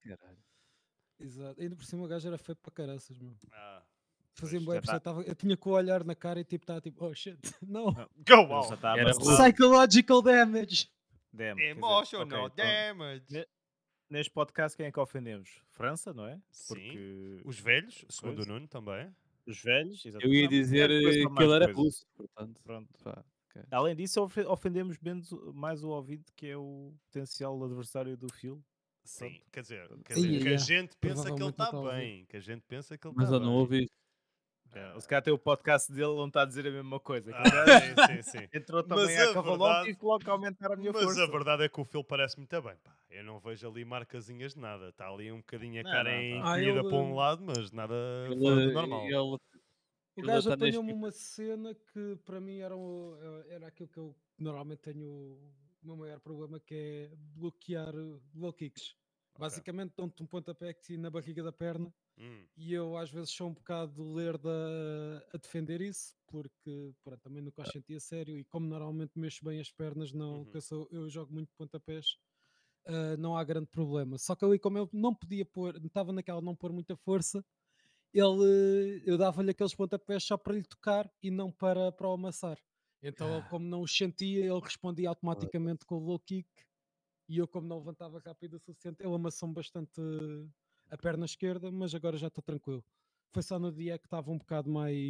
caralho. Exato. Ainda por cima o gajo era feio para caraças, meu. Ah, Fazia-me pois, bué já tá. impressão, eu tinha com o olhar na cara e tipo, estava tipo, oh shit, não. Não, go ele on! já está Era avançado. rude. Psychological damage. Damn, quer dizer, Emotional ok, então, damage. neste podcast quem é que ofendemos? França, não é? Sim. Porque Os velhos, segundo o coisa, Nuno também. os velhos, Eu exatamente. ia Não, dizer foi só que mais ele era coisa. russo, portanto. Pronto. Pá, ok. Além disso, ofendemos mais o ouvinte, que é o potencial adversário do Phil. Sim, Pronto. quer dizer, Ia, que a ia. gente pensa que ele Provavelmente não está está a ouvir. bem. Que a gente pensa que ele Mas está eu não bem. ouvi isso. Ou se calhar tem o podcast dele onde está a dizer a mesma coisa. Que o Ah, gajo sim, sim, sim. entrou Mas também a à cavalote verdade- e tive logo que aumentar a minha Mas força. a verdade é que o Phil parece muito bem. Pá. Eu não vejo ali marcazinhas de nada. Está ali um bocadinho a Não, cara não, tá. encolhida ele- para um lado, mas nada fora do normal. O Ele gajo está neste apanhou-me tipo- uma cena que para mim era aquilo que eu normalmente tenho o meu maior problema, que é bloquear low kicks. Basicamente dão-te um pontapé aqui na barriga da perna Hum, e eu às vezes sou um bocado lerdo a defender isso, porque pronto, também nunca os senti a sério e como normalmente mexo bem as pernas, não, Uhum. que eu jogo muito pontapés, não há grande problema. Só que ali como eu não podia pôr, estava naquela de não pôr muita força, eu dava-lhe aqueles pontapés só para lhe tocar e não para o amassar. Então ele, como não os sentia, ele respondia automaticamente com o low kick e eu, como não levantava rápido o suficiente, ele amassou-me bastante a perna esquerda, mas agora já estou tranquilo. Foi só no dia que estava um bocado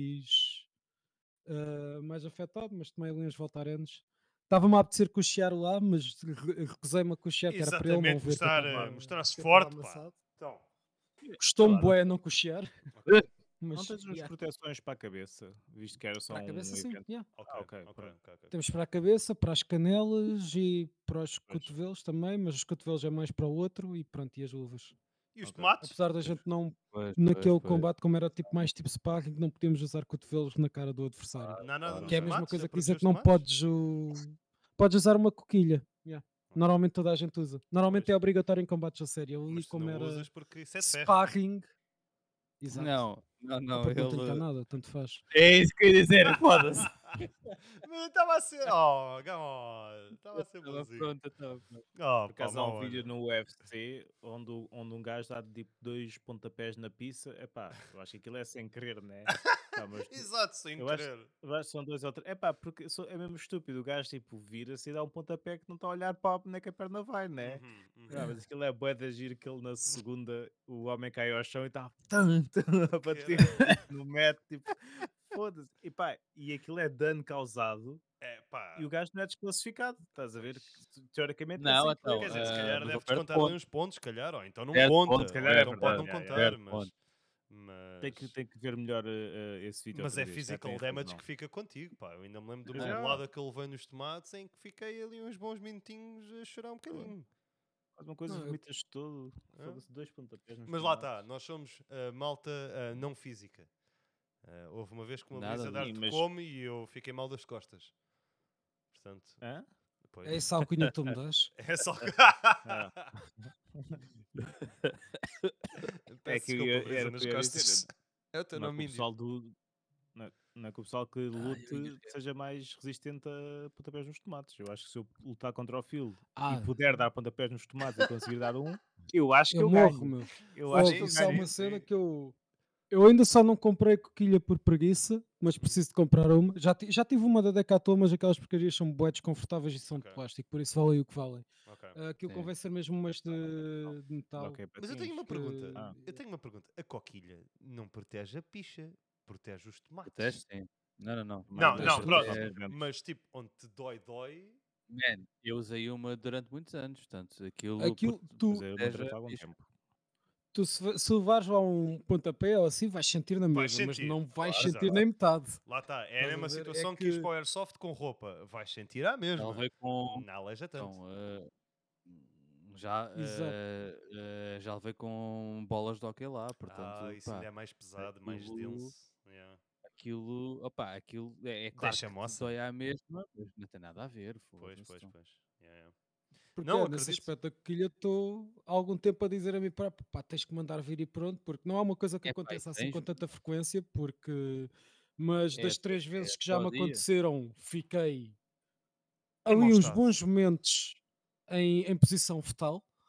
mais afetado, mas tomei ali uns voltarenos. Estava-me a apetecer cochear lá, mas recusei-me a cochear, que era para ele não Exatamente, ver que eu mostrar-se que eu estava forte, pá. amassado. Então, Gostou-me Claro. bué não cochear, Não mas tens umas yeah, proteções para a cabeça, visto que era só para a cabeça um sim, evento. yeah. ok, ok, ok, pronto. ok, ok. Temos para a cabeça, para as canelas e para os Pois. cotovelos também, mas os cotovelos é mais para o outro e pronto, e as luvas. E os Ok. tomates? Apesar da gente não, Pois, naquele pois. combate, como era tipo mais tipo sparring, não podíamos usar cotovelos na cara do adversário. Não há nada claro. nos Que é a mesma tomates? coisa A que proteger dizer os que não tomates? podes usar uma coquilha. Yeah. Normalmente toda a gente usa. Normalmente Pois. é obrigatório em combates a sério. Ali Mas tu como não era usas porque isso é de ferro. sparring. Exato. Não, não, Porque não tenho cá ele. nada, tanto faz. É isso que eu ia dizer, foda-se. Mas estava a ser. Oh, come on. Estava a ser Estava bonzinho. pronto, estava pronto. Oh, Por pá, acaso há um mau vídeo olho. no UFC onde um gajo dá tipo 2 pontapés na pizza. Epá, eu acho que aquilo é sem querer, né? Pá, mas Exato, sem eu acho, querer. eu acho que são 2 ou 3. Epá, porque é mesmo estúpido. O gajo tipo vira-se e dá um pontapé que não está a olhar para onde é que a perna vai, né? Uhum. Mas aquilo é bué de agir que ele na segunda o homem cai ao chão e está a bater tipo, no mat, tipo, foda-se. E aquilo é dano causado É pá. e o gajo não é desclassificado. Estás a ver? Pois. Teoricamente é Não, sem então, querer. Quer dizer, se calhar mas ele deve perde descontar ali pontos. uns pontos, se calhar, ou então não Perde conta. pontos, Se calhar Ou é então pode verdade. não Yeah, yeah. contar, Perde mas. pontos. Mas, Tem que ver melhor esse vídeo mas outra é vez. Já physical tens damage razão. que fica contigo, pá. Eu ainda me lembro de Pois uma é. bolada que ele levei nos tomates em que fiquei ali uns bons minutinhos a chorar um bocadinho. Faz uma coisa, Não, eu- vomitas todo. É. Foda-se, 2 pontapés nos Mas lá está, tomates. nós somos malta não física. Houve uma vez que uma Nada brisa disso. dar-te Mas- come e eu fiquei mal das costas. Portanto, Hã? pois. É essa alcunha que tu me das? É só. Ah. Peço que eu desculpa, ia- brisa era o nas que eu ia dizer. costas. É o teu Não é que nome o índio. pessoal não é que o pessoal que lute seja mais resistente a pontapés nos tomates. Eu acho que se eu lutar contra o Field e puder dar pontapés nos tomates e conseguir dar um, eu acho que Eu eu morro, ganho. meu. Eu acho que Oh, eu isso é ganho. uma cena sim. que eu ainda só não comprei coquilha por preguiça, mas preciso de comprar uma. Já tive uma da Decathlon, mas aquelas porcarias são bué desconfortáveis e são de Ok. plástico, por isso valem o que valem. Ok. Aquilo Sim. convém ser mesmo umas de metal. Ok, Mas eu tenho uma patins. pergunta. Ah. Eu tenho uma pergunta. A coquilha não protege a picha, protege os tomates. Protege, sim. Não, não, não. Mas Não, Protege não, tudo. pronto. Protege. Mas tipo, onde te dói, dói. Man, eu usei uma durante muitos anos, portanto, aquilo Aquilo, Mas eu não protege treino a há algum picha. tempo. tu se levares lá um pontapé ou assim, vais sentir na Vais mesma, mas sentir. não vais Claro, sentir exato. nem metade. Lá está. É a Estás a mesma ver? situação É que isto que para o Airsoft com roupa. Vais sentir a Já mesma. levei com. Não aleija tanto. Então, já, Exato. já levei com bolas de hockey lá, portanto, Isso ainda pá, é mais pesado, mais aquilo, denso. Yeah. aquilo é claro Deixa que te moça. dói à mesma, mas não tem nada a ver, Pois, foda-se. pois, Então. pois. Yeah, yeah. Porque Não, nesse acredito. aspecto da coquilha estou há algum tempo a dizer a mim próprio, pá, tens que mandar vir e pronto, porque não é uma coisa que É pá, e aconteça assim tens, com tanta frequência, mas das 3 é vezes que já só me dia. aconteceram, fiquei Em mau ali uns estado. bons momentos em posição fetal.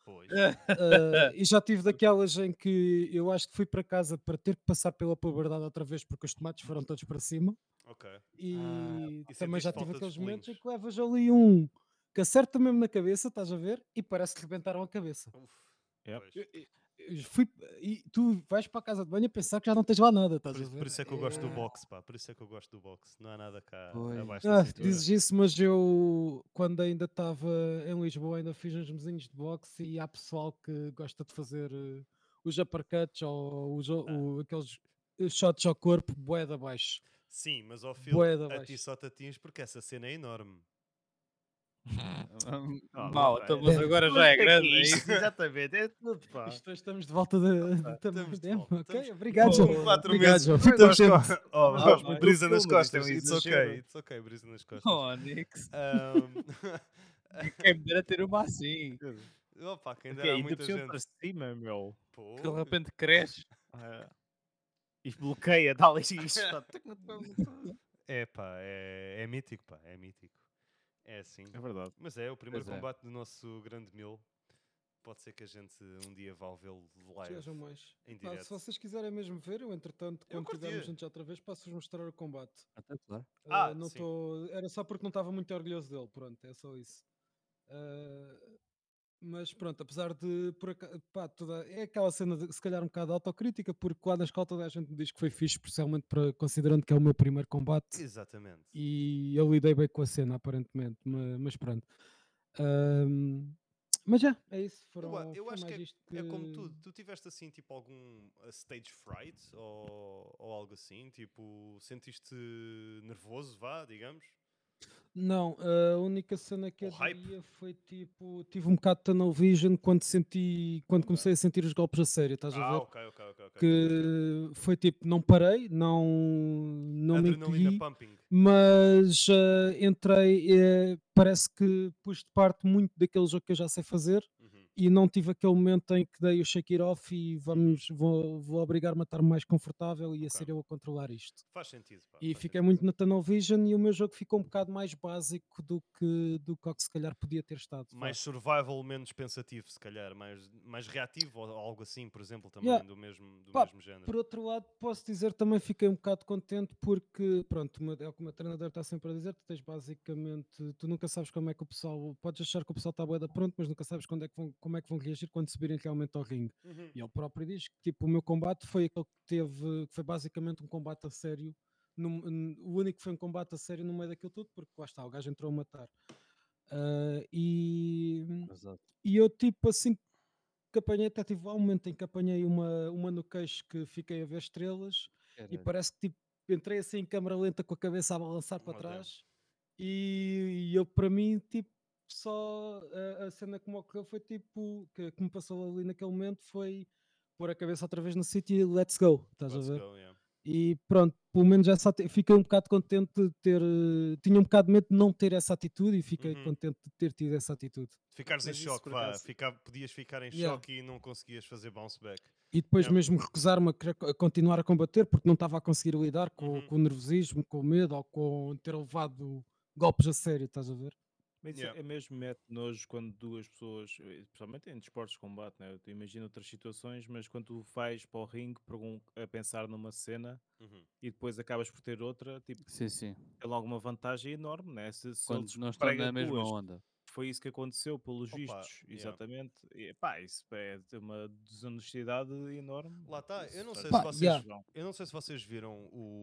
Pois. E já tive daquelas em que eu acho que fui para casa para ter que passar pela puberdade outra vez porque os tomates foram todos para cima. Ok. E E também já sentiste tive falta de aqueles momentos em espelhinhos? que levas ali um que acerta mesmo na cabeça, estás a ver? E parece que rebentaram a cabeça. Uf. Yep. Pois. Eu fui, e tu vais para a casa de banho a pensar que já não tens lá nada, estás a ver? Por isso é que eu gosto do boxe, pá. Por isso é que eu gosto do boxe. Não há nada cá Pois. abaixo da cintura. Dizes isso, mas eu, quando ainda estava em Lisboa, ainda fiz uns mesinhos de boxe e há pessoal que gosta de fazer os uppercuts ou aqueles shots ao corpo, bué de abaixo. Sim, mas ao Phil, Bué de a ti abaixo. só te atinges porque essa cena é enorme. Mal, pá, então, mas é- agora tudo já é aqui, grande, é isto, isso? exatamente, é tudo, pá. Estamos de volta de tamanho Estamos de demo. volta. Ok, Estamos obrigado, com João. 4 Obrigado, meses. João. Fico Estamos com... contente. Oh, Faz muito brisa do nas filme, mas costas. isto é It's exagero. okay. It's okay, brisa nas costas. Onix. Ahm, Quem me dera ter uma assim. Opa, quem Ok, dera há ainda muita por cima gente. para cima, meu. Pô, Que de repente cresce. Ah, e bloqueia, dá ali isto. é pá, é mítico, pá, é mítico. É assim. É verdade. Mas é o primeiro Pois é. combate do nosso grande mil. Pode ser que a gente um dia vá vê-lo live. Sejam mais. Em Pá, se direto. vocês quiserem mesmo ver, eu entretanto, Eu quando estivermos curtia. juntos outra vez, posso-vos mostrar o combate. Até claro. Não Sim. Era só porque não estava muito orgulhoso dele, pronto, é só isso. Mas pronto, apesar de pá, é aquela cena de se calhar um bocado de autocrítica, porque lá na escola toda a gente me diz que foi fixe, especialmente considerando que é o meu primeiro combate Exatamente. e eu lidei bem com a cena, aparentemente, mas pronto. Mas já, é isso. Eu Foi acho que mais isto que. é como tudo. Tu tiveste assim, tipo, algum stage fright ou algo assim? Tipo, sentiste nervoso, vá, digamos? Não, a única cena que Ou eu hype? diria foi tipo, tive um bocado de tunnel vision quando Ok. comecei a sentir os golpes a sério, estás a ver? Ok, estou a perceber. Que foi tipo, não parei, não me Adrenalina encolhi, pumping. mas entrei, parece que pus de parte muito daquele jogo que eu já sei fazer Uhum. e não tive aquele momento em que dei o shake it off e vou obrigar-me a estar mais confortável e a Ok. ser eu a controlar isto. Faz sentido, pá. E Faz fiquei sentido. muito na tunnel vision e o meu jogo ficou um bocado mais básico do que se calhar podia ter estado. Vá. Mais survival, menos pensativo, se calhar. Mais reativo ou algo assim, por exemplo, também Yeah. do mesmo Pá, género. por outro lado, posso dizer também fiquei um bocado contente porque, pronto, é o que o meu treinador está sempre a dizer, tu tens basicamente, tu nunca sabes como é que o pessoal, podes achar que o pessoal está bué da pronto, mas nunca sabes como é que vão reagir quando subirem realmente ao ringue. Uhum. E ele próprio diz que, tipo, o meu combate foi aquele que foi basicamente um combate a sério, o único que foi um combate a sério no meio daquilo tudo, porque lá está, o gajo entrou a matar. Ah, e, Exato. e eu, tipo, assim que apanhei, até tive lá um momento em que apanhei uma no queixo que fiquei a ver estrelas e Caralho. parece que tipo, entrei assim em câmara lenta com a cabeça a balançar para Oh, damn. trás e eu para mim tipo só a cena que me ocorreu foi tipo que me passou ali naquele momento foi pôr a cabeça outra vez no sítio e let's go, estás a Let's ver? go, yeah. E pronto, pelo menos fiquei um bocado contente de ter tinha um bocado de medo de não ter essa atitude e fiquei Uhum. contente de ter tido essa atitude. Ficares em Mas isso, choque, por vá. acaso, Podias ficar em Yeah. choque e não conseguias fazer bounce back. E depois Yeah. mesmo recusar-me a continuar a combater porque não estava a conseguir lidar Uhum. com o nervosismo, com o medo ou com ter levado golpes a sério, estás a ver? mas isso Yeah. é mesmo mete nojo quando duas pessoas, especialmente em desportos de combate, né? Tu imagina outras situações, mas quando tu vais para o ringue a pensar numa cena Uhum. e depois acabas por ter outra, tipo, Sim, sim. é logo uma vantagem enorme, né? Se Quando eles não estão pregam na mesma duas, onda. foi isso que aconteceu, pelos Opa, vistos, yeah. exatamente. E, pá, isso é de uma desonestidade enorme. Lá está. Isso Eu não faz sei se Pá, muito vocês, yeah. confusão. eu não sei se vocês viram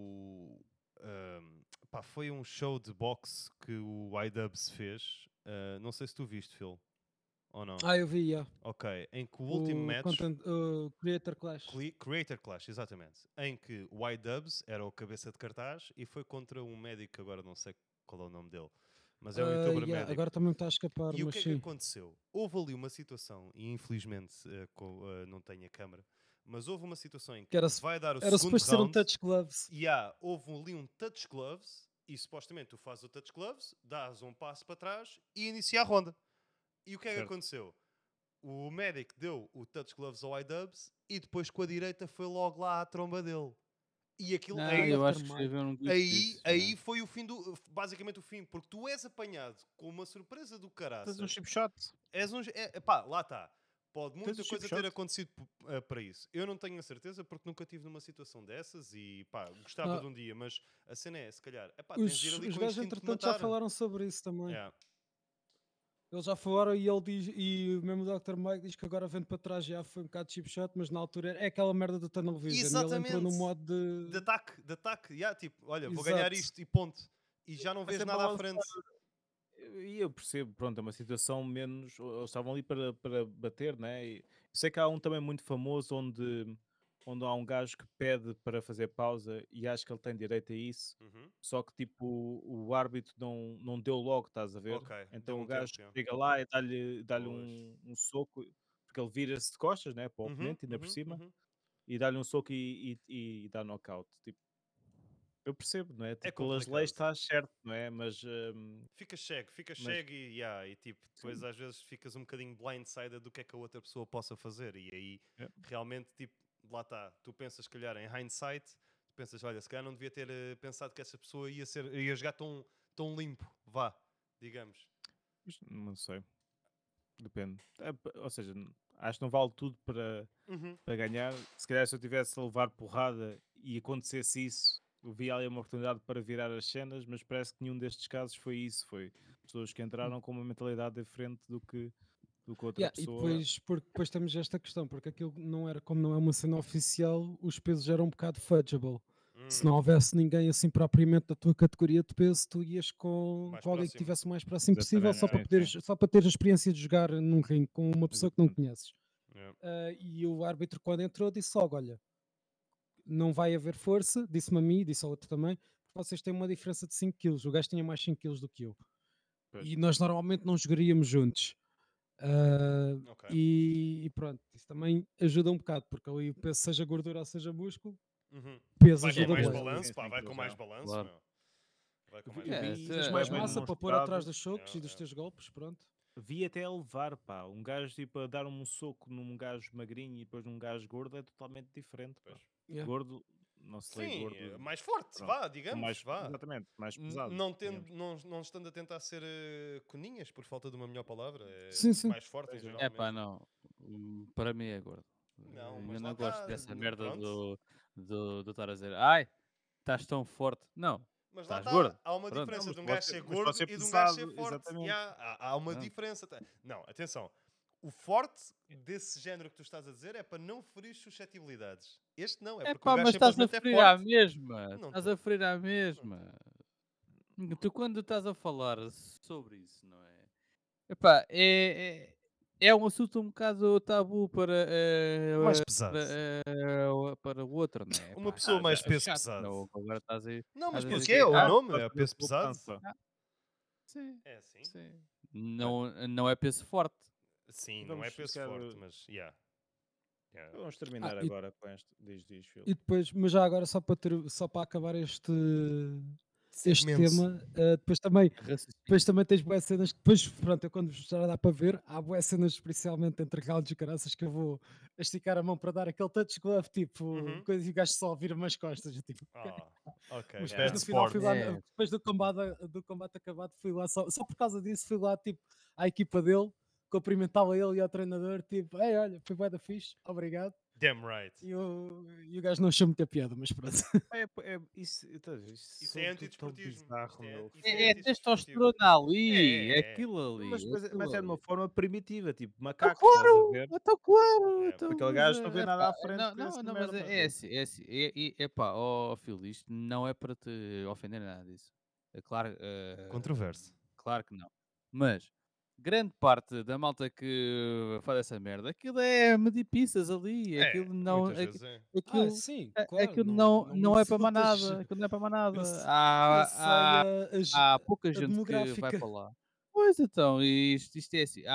pá, foi um show de boxe que o iDubbbz fez. Não sei se tu viste, Phil, ou não. Eu vi, yeah. Ok, em que o último match, O Creator Clash. Creator Clash, exatamente, em que o iDubbbz era o cabeça de cartaz e foi contra um médico, que agora não sei qual é o nome dele, mas é um youtuber Yeah, médico. agora também me está a escapar, E o mas que é que sim. aconteceu? Houve ali uma situação, e infelizmente não tenho a câmera, mas houve uma situação em que Que era, vai dar o era segundo suposto ser um round touch gloves. e houve ali um touch gloves e supostamente tu fazes o touch gloves, dás um passo para trás e inicia a ronda. E o que é que Certo. aconteceu? O médico deu o touch gloves ao iDubbbz e depois com a direita foi logo lá à tromba dele. E aquilo Ah, eu deve acho ter que mais. escrevi um clipe disso. aí foi o fim basicamente o fim, porque tu és apanhado com uma surpresa do Tens um caraças. chip shot. Pá, lá está. Pode Tens muita o chip coisa ter shot? acontecido para isso. Eu não tenho a certeza porque nunca estive numa situação dessas e pá, gostava Ah, de um dia, mas a cena é, se calhar, epá, tens de ir ali os com o gajos, instinto de entretanto, já matar. falaram sobre isso também. Yeah. Eles já falaram e ele diz, e mesmo o Dr. Mike diz que agora vendo para trás já foi um bocado chip shot, mas na altura é aquela merda do Tunnel Vision. E ele entrou no Exatamente! modo De ataque, yeah, tipo, olha, vou ganhar Exato. isto e ponto. E já não Vai vês sempre nada à avançar. frente. E eu percebo, pronto, é uma situação menos. Eles estavam ali para bater, né? E sei que há um também muito famoso onde há um gajo que pede para fazer pausa e acho que ele tem direito a isso. Uhum. Só que tipo o árbitro não deu logo, estás a ver? Ok, deu Então o um tempo. gajo Yeah. chega lá e dá-lhe Pois. um soco, porque ele vira-se de costas, né? Para o Uhum, oponente, ainda por uhum, cima, uhum. e dá-lhe um soco e dá knockout. Tipo, eu percebo, não é? É Tipo, pelas leis complicado. está certo, não é? Fica Mas cego e tipo, depois sim, às vezes ficas um bocadinho blindsided do que é que a outra pessoa possa fazer. E aí é. realmente, tipo, lá está, tu pensas, se calhar, em hindsight, tu pensas, olha, se calhar não devia ter pensado que essa pessoa ia jogar tão limpo, vá, digamos. Mas não sei. Depende. Ou seja, acho que não vale tudo Uhum. para ganhar. Se calhar se eu tivesse a levar porrada e acontecesse isso, eu via ali uma oportunidade para virar as cenas, mas parece que nenhum destes casos foi isso. Foi pessoas que entraram com uma mentalidade diferente do que outra Yeah, e pessoa. depois temos esta questão, porque aquilo não era, como não é uma cena oficial, os pesos eram um bocado fudgeable. Se não houvesse ninguém assim propriamente da tua categoria de peso, tu ias Mais com alguém que próximo. estivesse o mais próximo possível, Exatamente, sim, sim. só para teres a experiência de jogar num ringue com uma pessoa que não Exatamente. conheces. Yeah. E o árbitro, quando entrou, disse logo: olha, não vai haver força, disse-me a mim, disse ao outro também, porque vocês têm uma diferença de 5 quilos. O gajo tinha mais 5 quilos do que eu. Pois. E nós normalmente não jogaríamos juntos. Ok. E pronto, isso também ajuda um bocado, porque ali o peso, seja gordura ou seja músculo, Uhum. peso Vai com É ajuda mais peso, bué ali. sim, balanço, pá, sim, vai aquilo com mais já. balanço, Claro. meu. Vai com Eu mais vi, eu É, vi balanço. tens isso mais bem massa para pôr demonstrado. atrás dos chocos Yeah, e dos yeah. teus golpes, pronto. Vi até a levar, pá. Um gajo tipo a dar um soco num gajo magrinho e depois num gajo gordo é totalmente diferente, pá. Pois. Yeah. Gordo, não se lê Sim, gordo, mais forte, pronto. vá, digamos, vá. Exatamente, mais pesado, Não, tendo, digamos. não estando a tentar ser coninhas, por falta de uma melhor palavra, é Sim, sim. mais forte em Pois é. geral é pá, mesmo. não. Para mim é gordo. Não, mas Eu lá não gosto está, dessa merda pronto. do estar a dizer ai, estás tão forte. Não, Mas lá estás está, gordo. há uma Pronto. Não, diferença de um gajo ser mas pode gordo ser e de um gajo ser pesado, forte. exatamente. Há uma Pronto. diferença. Não, atenção. O forte desse género que tu estás a dizer é para não ferir suscetibilidades. Este não, é É porque um pá, gajo mas estás a simplesmente é ferir à forte. mesma. Não Estás a estou. ferir à Não mesma. estou. Tu quando estás a falar sobre isso, não é? Epá, é um assunto um bocado tabu Mais pesado. para o outro, não é? Uma Epá, pessoa mais é peso chato, pesado. não, agora Não, mas estás a dizer Mas porquê? que É o por nome, é causa da peso pesado. poupança. sim, É assim. sim. Não é peso forte. Sim, não é Vamos, se peso calhar, forte, mas yeah. Yeah. vamos Ah, terminar e, agora com este. Diz, Phil. e depois, mas já agora só para acabar este Segmento. tema, depois Raciocínio. também tens boas cenas que depois, pronto, quando já dá para ver, há boas cenas, especialmente entre rounds e caraças, que eu vou esticar a mão para dar aquele touch glove, tipo, Uhum. coisa e o gajo só vira-me as costas, eu tipo, ok. Ah, ok. Mas depois Yeah. Bad no final fui sport. lá, É, depois do combate acabado, fui lá só por causa disso, fui lá tipo à equipa dele, cumprimentava ele e ao treinador, tipo, ei, olha, foi bué da fixe, obrigado. Damn right. E o gajo não achou muita piada, mas pronto. Isso, então, isso Isso é soa tudo tão antidesportismo. bizarro, meu. Isso é é antidesportivo. testosterona ali, é É. aquilo Mas, ali, é mas, aquilo mas é de uma ali. forma primitiva, tipo Então macaco, estás a claro, ver? então claro, É. então, Aquele mas gajo não vê nada epá, à frente não, com não, essa não, mas merda. é assim, epá, ó Phil, isto não é para te ofender nada disso. É claro, Controverso. claro que não. Mas grande parte da malta que faz essa merda, aquilo é medir pizzas ali, É, aquilo não, muitas vezes é. Sim, claro, aquilo não, não me não é para mais insultas. nada, aquilo não é para mais nada. Eu, eu sei Há pouca a gente que vai demográfica. para lá. Pois então, isto é assim.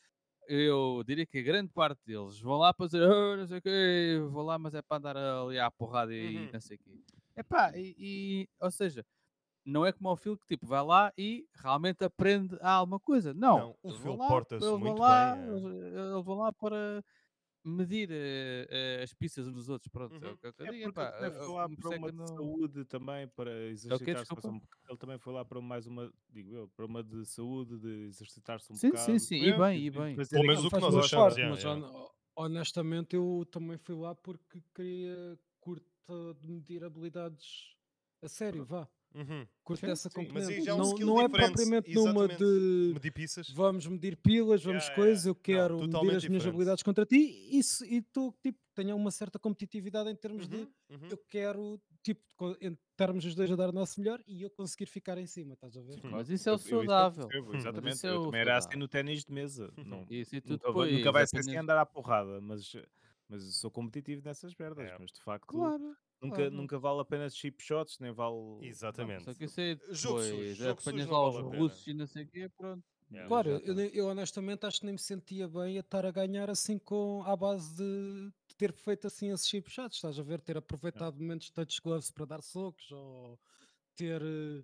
Eu diria que a grande parte deles vão lá para dizer: "Ah, não sei o quê, vou lá, mas é para andar ali à porrada e Uhum. não sei o quê." Epá, ou seja, não é como ao filho que tipo vai lá e realmente aprende alguma coisa. Não, Não, o eles vão Phil lá, porta-se muito bem. eles vão lá para medir as pistas uns dos outros, pronto. É Uhum. o que eu É digo, porque epá, ele também foi lá por para isso é uma que de não. saúde também, para É o quê? exercitar-se mais Desculpa? Ele também foi lá para mais uma, digo eu, para uma de saúde, de exercitar-se um Sim, sim, bocado sim. É, E e de bem. fazer Pelo menos Não, o aquilo que que faz nós muito gosta. achamos, parte, mas yeah. honestamente eu também fui lá porque queria curto de medir habilidades a sério, vá. Uhum. Curto Sim, dessa Sim, mas aí componente. já é um Não, skill não é diferente. propriamente numa Exatamente. de Medir pizzas. vamos medir pilas, vamos Yeah, coisas, yeah. eu Não, quero medir totalmente as minhas diferente. habilidades contra ti e tu tipo, tenha uma certa competitividade em termos de Uhum, uhum. eu quero, tipo, estarmos os dois a dar o nosso melhor e eu conseguir ficar em cima, estás a ver? Mas isso é o Isso eu saudável. percebo, Hum. Mas exatamente. isso é Eu o também era assim saudável. no ténis de mesa. Não, Isso e tu nunca depois vai ser assim apanhas. andar à porrada, mas eu sou competitivo nessas merdas. É, Mas de facto, Claro, claro. nunca vale a pena cheap shots, nem vale. Pronto. Só exatamente. que isso aí Jogo sujo. depois Jogo sujo apanhas não lá os vale a pena. russos e não sei o quê, pronto. Yeah. Claro, Já está. eu honestamente acho que nem me sentia bem a estar a ganhar assim à base de ter feito assim esses chip shots, estás a ver? Ter aproveitado momentos de touch gloves para dar socos ou ter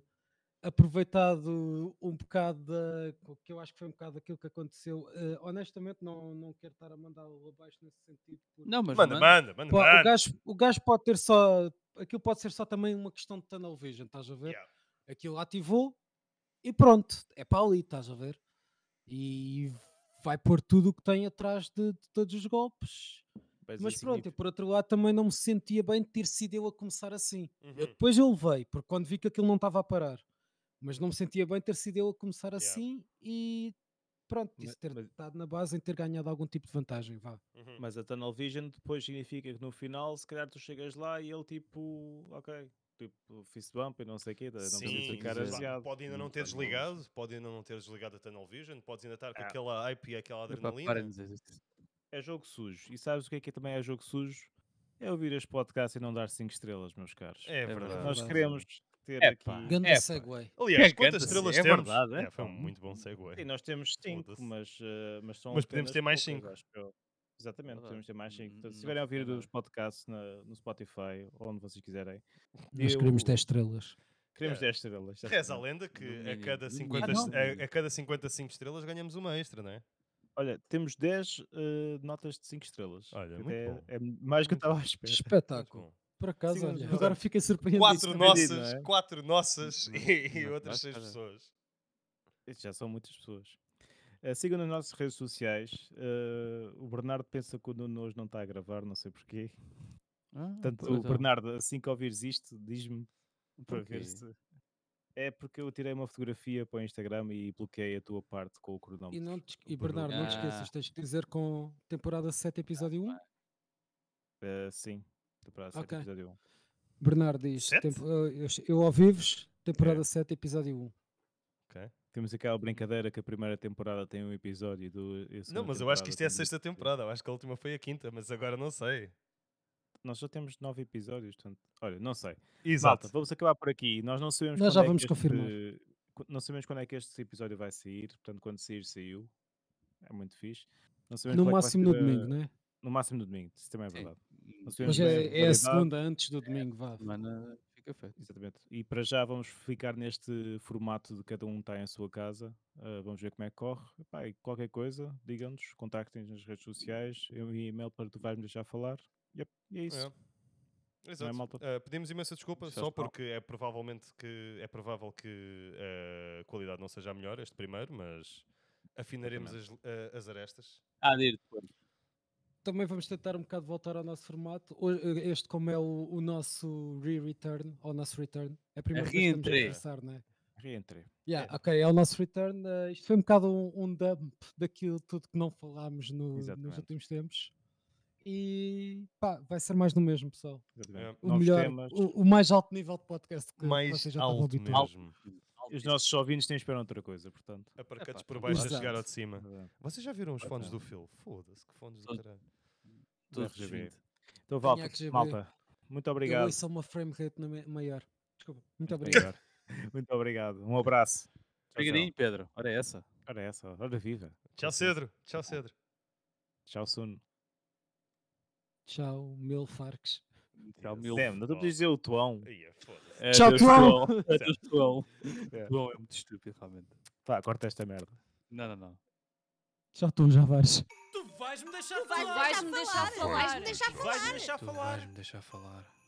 aproveitado um bocado que eu acho que foi um bocado aquilo que aconteceu. Honestamente, não quero estar a mandá-lo abaixo nesse sentido, porque Não, mas Manda, manda. manda, manda, pá, manda. o gajo pode ter só. Aquilo pode ser só também uma questão de tunnel vision, estás a ver? Yeah. Aquilo ativou e pronto, é para ali, estás a ver? E vai pôr tudo o que tem atrás de todos os golpes. Mas pronto, eu por outro lado também não me sentia bem de ter sido eu a começar assim. Eu Uhum. depois eu levei, porque quando vi que aquilo não estava a parar, mas não me sentia bem ter sido eu a começar Yeah. assim e pronto, Ma- isso ter mas- estado na base em ter ganhado algum tipo de vantagem, vá. Uhum. Mas a Tunnel Vision depois significa que no final, se calhar tu chegas lá e ele tipo, ok, tipo fist bump e não sei o quê, não precisa Sim, ficar dizer. aziado. pode ainda não ter desligado, pode ainda não ter desligado a Tunnel Vision, podes ainda estar com Ah. aquela hype e aquela Epá, adrenalina. parem de dizer isso. É jogo sujo. E sabes o que também é jogo sujo? É ouvir este podcast e não dar 5 estrelas, meus caros. É É verdade. verdade. Nós verdade. queremos ter Epá. aqui. Ganda Epá. segue. Aliás, Que quantas canta-se, estrelas é temos? verdade, É, foi um então. muito bom segue. Sim, nós temos 5, Foda-se. mas são Mas podemos apenas ter mais poucas, 5. acho eu. Exatamente, Verdade. podemos ter mais 5. Então, se Não estiverem a ouvir foi os nada. podcasts no Spotify, ou onde vocês quiserem, Nós queremos eu- 10 estrelas. queremos Yeah. 10 estrelas. Reza a exatamente. lenda No que mínimo, a cada no 50, mínimo, no mínimo. a cada 55 estrelas ganhamos uma extra, não é? Olha, temos 10 notas de 5 estrelas. Olha, que muito até bom. é mais do que eu estava à espera. Muito Espetáculo. bom. Por acaso, Sigam-nos olha, no- agora fiquei surpreendido. Quatro surpreendido, nossas, não é? 4 nossas e Não outras estava 6 à espera. pessoas. Estes já são muitas pessoas. Sigam nas nossas redes sociais. O Bernardo pensa que o Nuno hoje não está a gravar, não sei porquê. Portanto, Então, Bernardo, assim que ouvires isto, diz-me para ver porquê? se. É porque eu tirei uma fotografia para o Instagram e bloqueei a tua parte com o E, cronómetro. Bernardo, não te Ah. esqueças, tens que dizer com temporada 7, episódio 1. Sim, temporada 7, Ok. episódio 1. Bernardo diz: Sete? eu ao vivo, temporada É. 7, episódio 1. Ok. Temos aquela brincadeira que a primeira temporada tem um episódio e a segunda Não, mas eu acho que temporada isto é a tem sexta outro. temporada. Eu acho que a última foi a quinta, mas agora não sei. Nós já temos 9 episódios, portanto, olha, não sei. Exato. Malta, vamos acabar por aqui. Nós não sabemos Nós quando já é que vamos confirmar. não sabemos quando é que este episódio vai sair, portanto, quando sair, saiu. É muito fixe. Não sabemos No qual é que vai máximo ser no domingo, não é? no máximo no domingo, isso também é Sim. verdade. Não sabemos Mas bem a é a regularidade. segunda antes do domingo, vá. Semana fica feito. Exatamente. E para já vamos ficar neste formato de cada um está em sua casa. Vamos ver como é que corre. Epá, e qualquer coisa, digam-nos, contactem-nos nas redes sociais. Eu envio e-mail para tu vais me deixar falar. Yep, e é isso. É. Exato. malta? Pedimos imensa desculpa Já só está. porque é provável que a qualidade não seja a melhor, este primeiro, mas afinaremos as arestas. Há de ir depois. Também vamos tentar um bocado voltar ao nosso formato. Este, como é o nosso re-return, ou o nosso return, é a primeira vez que estamos a reentrée. regressar, não é? Reentrée. Yeah, ok, é o nosso return. Isto foi um bocado um dump daquilo tudo que não falámos nos Exatamente. últimos tempos. E pá, vai ser mais do mesmo, pessoal. Exatamente. O Novos melhor, temas. o mais alto nível de podcast que Mais vocês já estavam alto habituados. mesmo. Os nossos ouvintes têm esperam outra coisa, portanto. Aparcados Epá, por então baixo a exato. chegar ao de cima. Exatamente. Vocês já viram os fones do Exatamente. Phil? Foda-se, que fones do Todos. caralho. Do Todos RGB. 20. Então, Tenho Walter, RGB. malta, muito Eu obrigado. ouço uma frame rate maior. Desculpa, muito obrigado. Muito obrigado. Um abraço. Tchau, tchau. Obrigadinho, Pedro. Ora é essa. Ora essa, ora viva. Tchau, Cedro. Tchau, Cedro. Tchau, Suno. Tchau, Mil Farques. Tchau, mil. Damn, não estou a dizer o Tuão. Ia, foda-se. Tchau, Adeus, Tuão. Adeus, Tuão. É. Tuão é muito estúpido, realmente. Pá, corta esta merda. Não. Já estou, já vais. Tu vais vais-me deixar Tu vais-me deixar falar. Vais-me deixar Tu falar. vais-me deixar falar.